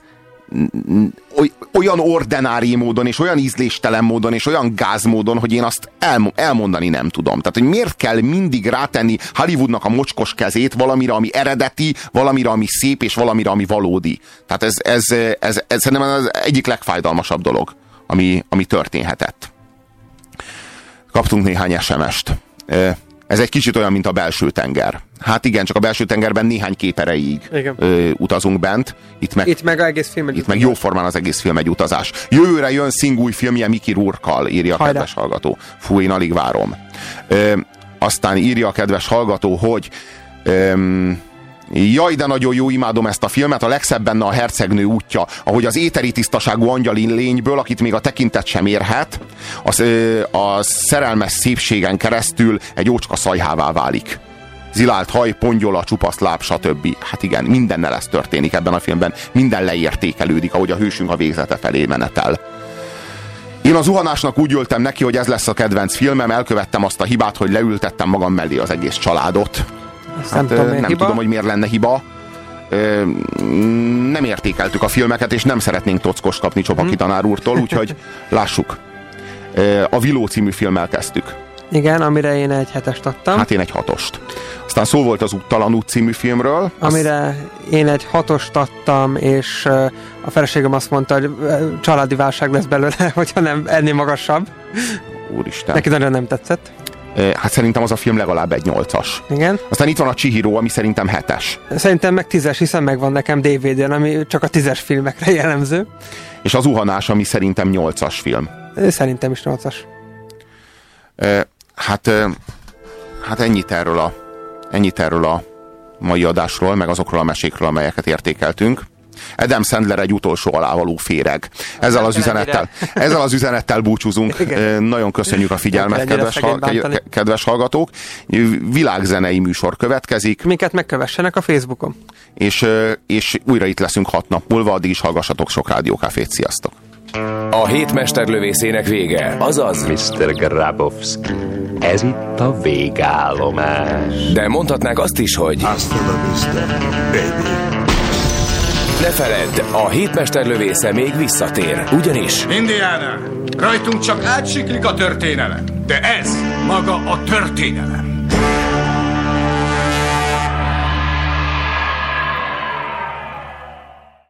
olyan ordinári módon, és olyan ízléstelen módon, és olyan gázmódon, hogy én azt el, elmondani nem tudom. Tehát, hogy miért kell mindig rátenni Hollywoodnak a mocskos kezét valamire, ami eredeti, valamire, ami szép, és valamire, ami valódi. Tehát ez, ez, ez, ez, ez szerintem az egyik legfájdalmasabb dolog, ami, ami történhetett. Kaptunk néhány es em est. Ez egy kicsit olyan, mint a belső tenger. Hát igen, csak a belső tengerben néhány kép erejéig ö, utazunk bent. Itt meg, itt meg, egész film egy itt meg jóformán az egész film egy utazás. Jövőre jön Sing új filmje Mickey Rourke-kal, írja a kedves hallgató. Fú, én alig várom. Ö, aztán írja a kedves hallgató, hogy ö, jaj, de nagyon jó, imádom ezt a filmet, a legszebb benne a hercegnő útja, ahogy az éteri tisztaságú angyali lényből, akit még a tekintet sem érhet, az, a szerelmes szépségen keresztül egy ócska szajhává válik. Zilált haj, pongyola, csupasz láb, stb. Hát igen, mindennel ez történik ebben a filmben, minden leértékelődik, ahogy a hősünk a végzete felé menetel. Én a Zuhanásnak úgy ültem neki, hogy ez lesz a kedvenc filmem, elkövettem azt a hibát, hogy leültettem magam mellé az egész családot. Hát, nem tudom, nem tudom, hogy miért lenne hiba. Nem értékeltük a filmeket, és nem szeretnénk tockost kapni Csopaki hmm. tanár úrtól, úgyhogy lássuk. A Viló című filmmel kezdtük. Igen, amire én egy hetest adtam. Hát én egy hatost. Aztán szó volt az Úttalan út című filmről. Amire azt... én egy hatost adtam, és a feleségem azt mondta, hogy családi válság lesz belőle, hogyha nem ennél magasabb. Úristen. Neki nagyon nem tetszett. Hát szerintem az a film legalább egy nyolcas. Igen. Aztán itt van a Chihiro, ami szerintem hetes. Szerintem meg tízes, hiszen megvan nekem dé vé dén, ami csak a tízes filmekre jellemző. És az Zuhanás, ami szerintem nyolcas film. Szerintem is nyolcas. Hát, hát ennyit erről a, ennyit erről a mai adásról, meg azokról a mesékről, amelyeket értékeltünk. Adam Sandler egy utolsó alávaló féreg. Ezzel az üzenettel, ezzel az üzenettel búcsúzunk. Igen. Nagyon köszönjük a figyelmet, kedves, hal- kedves hallgatók. Világzenei műsor következik. Minket megkövessenek a Facebookon. És, és újra itt leszünk hat nap múlva, addig is hallgassatok sok rádiókafét. Sziasztok! A hét mesterlövészének vége, azaz miszter Grabowski, ez itt a végállomás. De mondhatnák azt is, hogy Hasta la vista, baby. Ne feledd, a hét mesterlövésze még visszatér, ugyanis... Indiana, rajtunk csak átsiklik a történelem, de ez maga a történelem.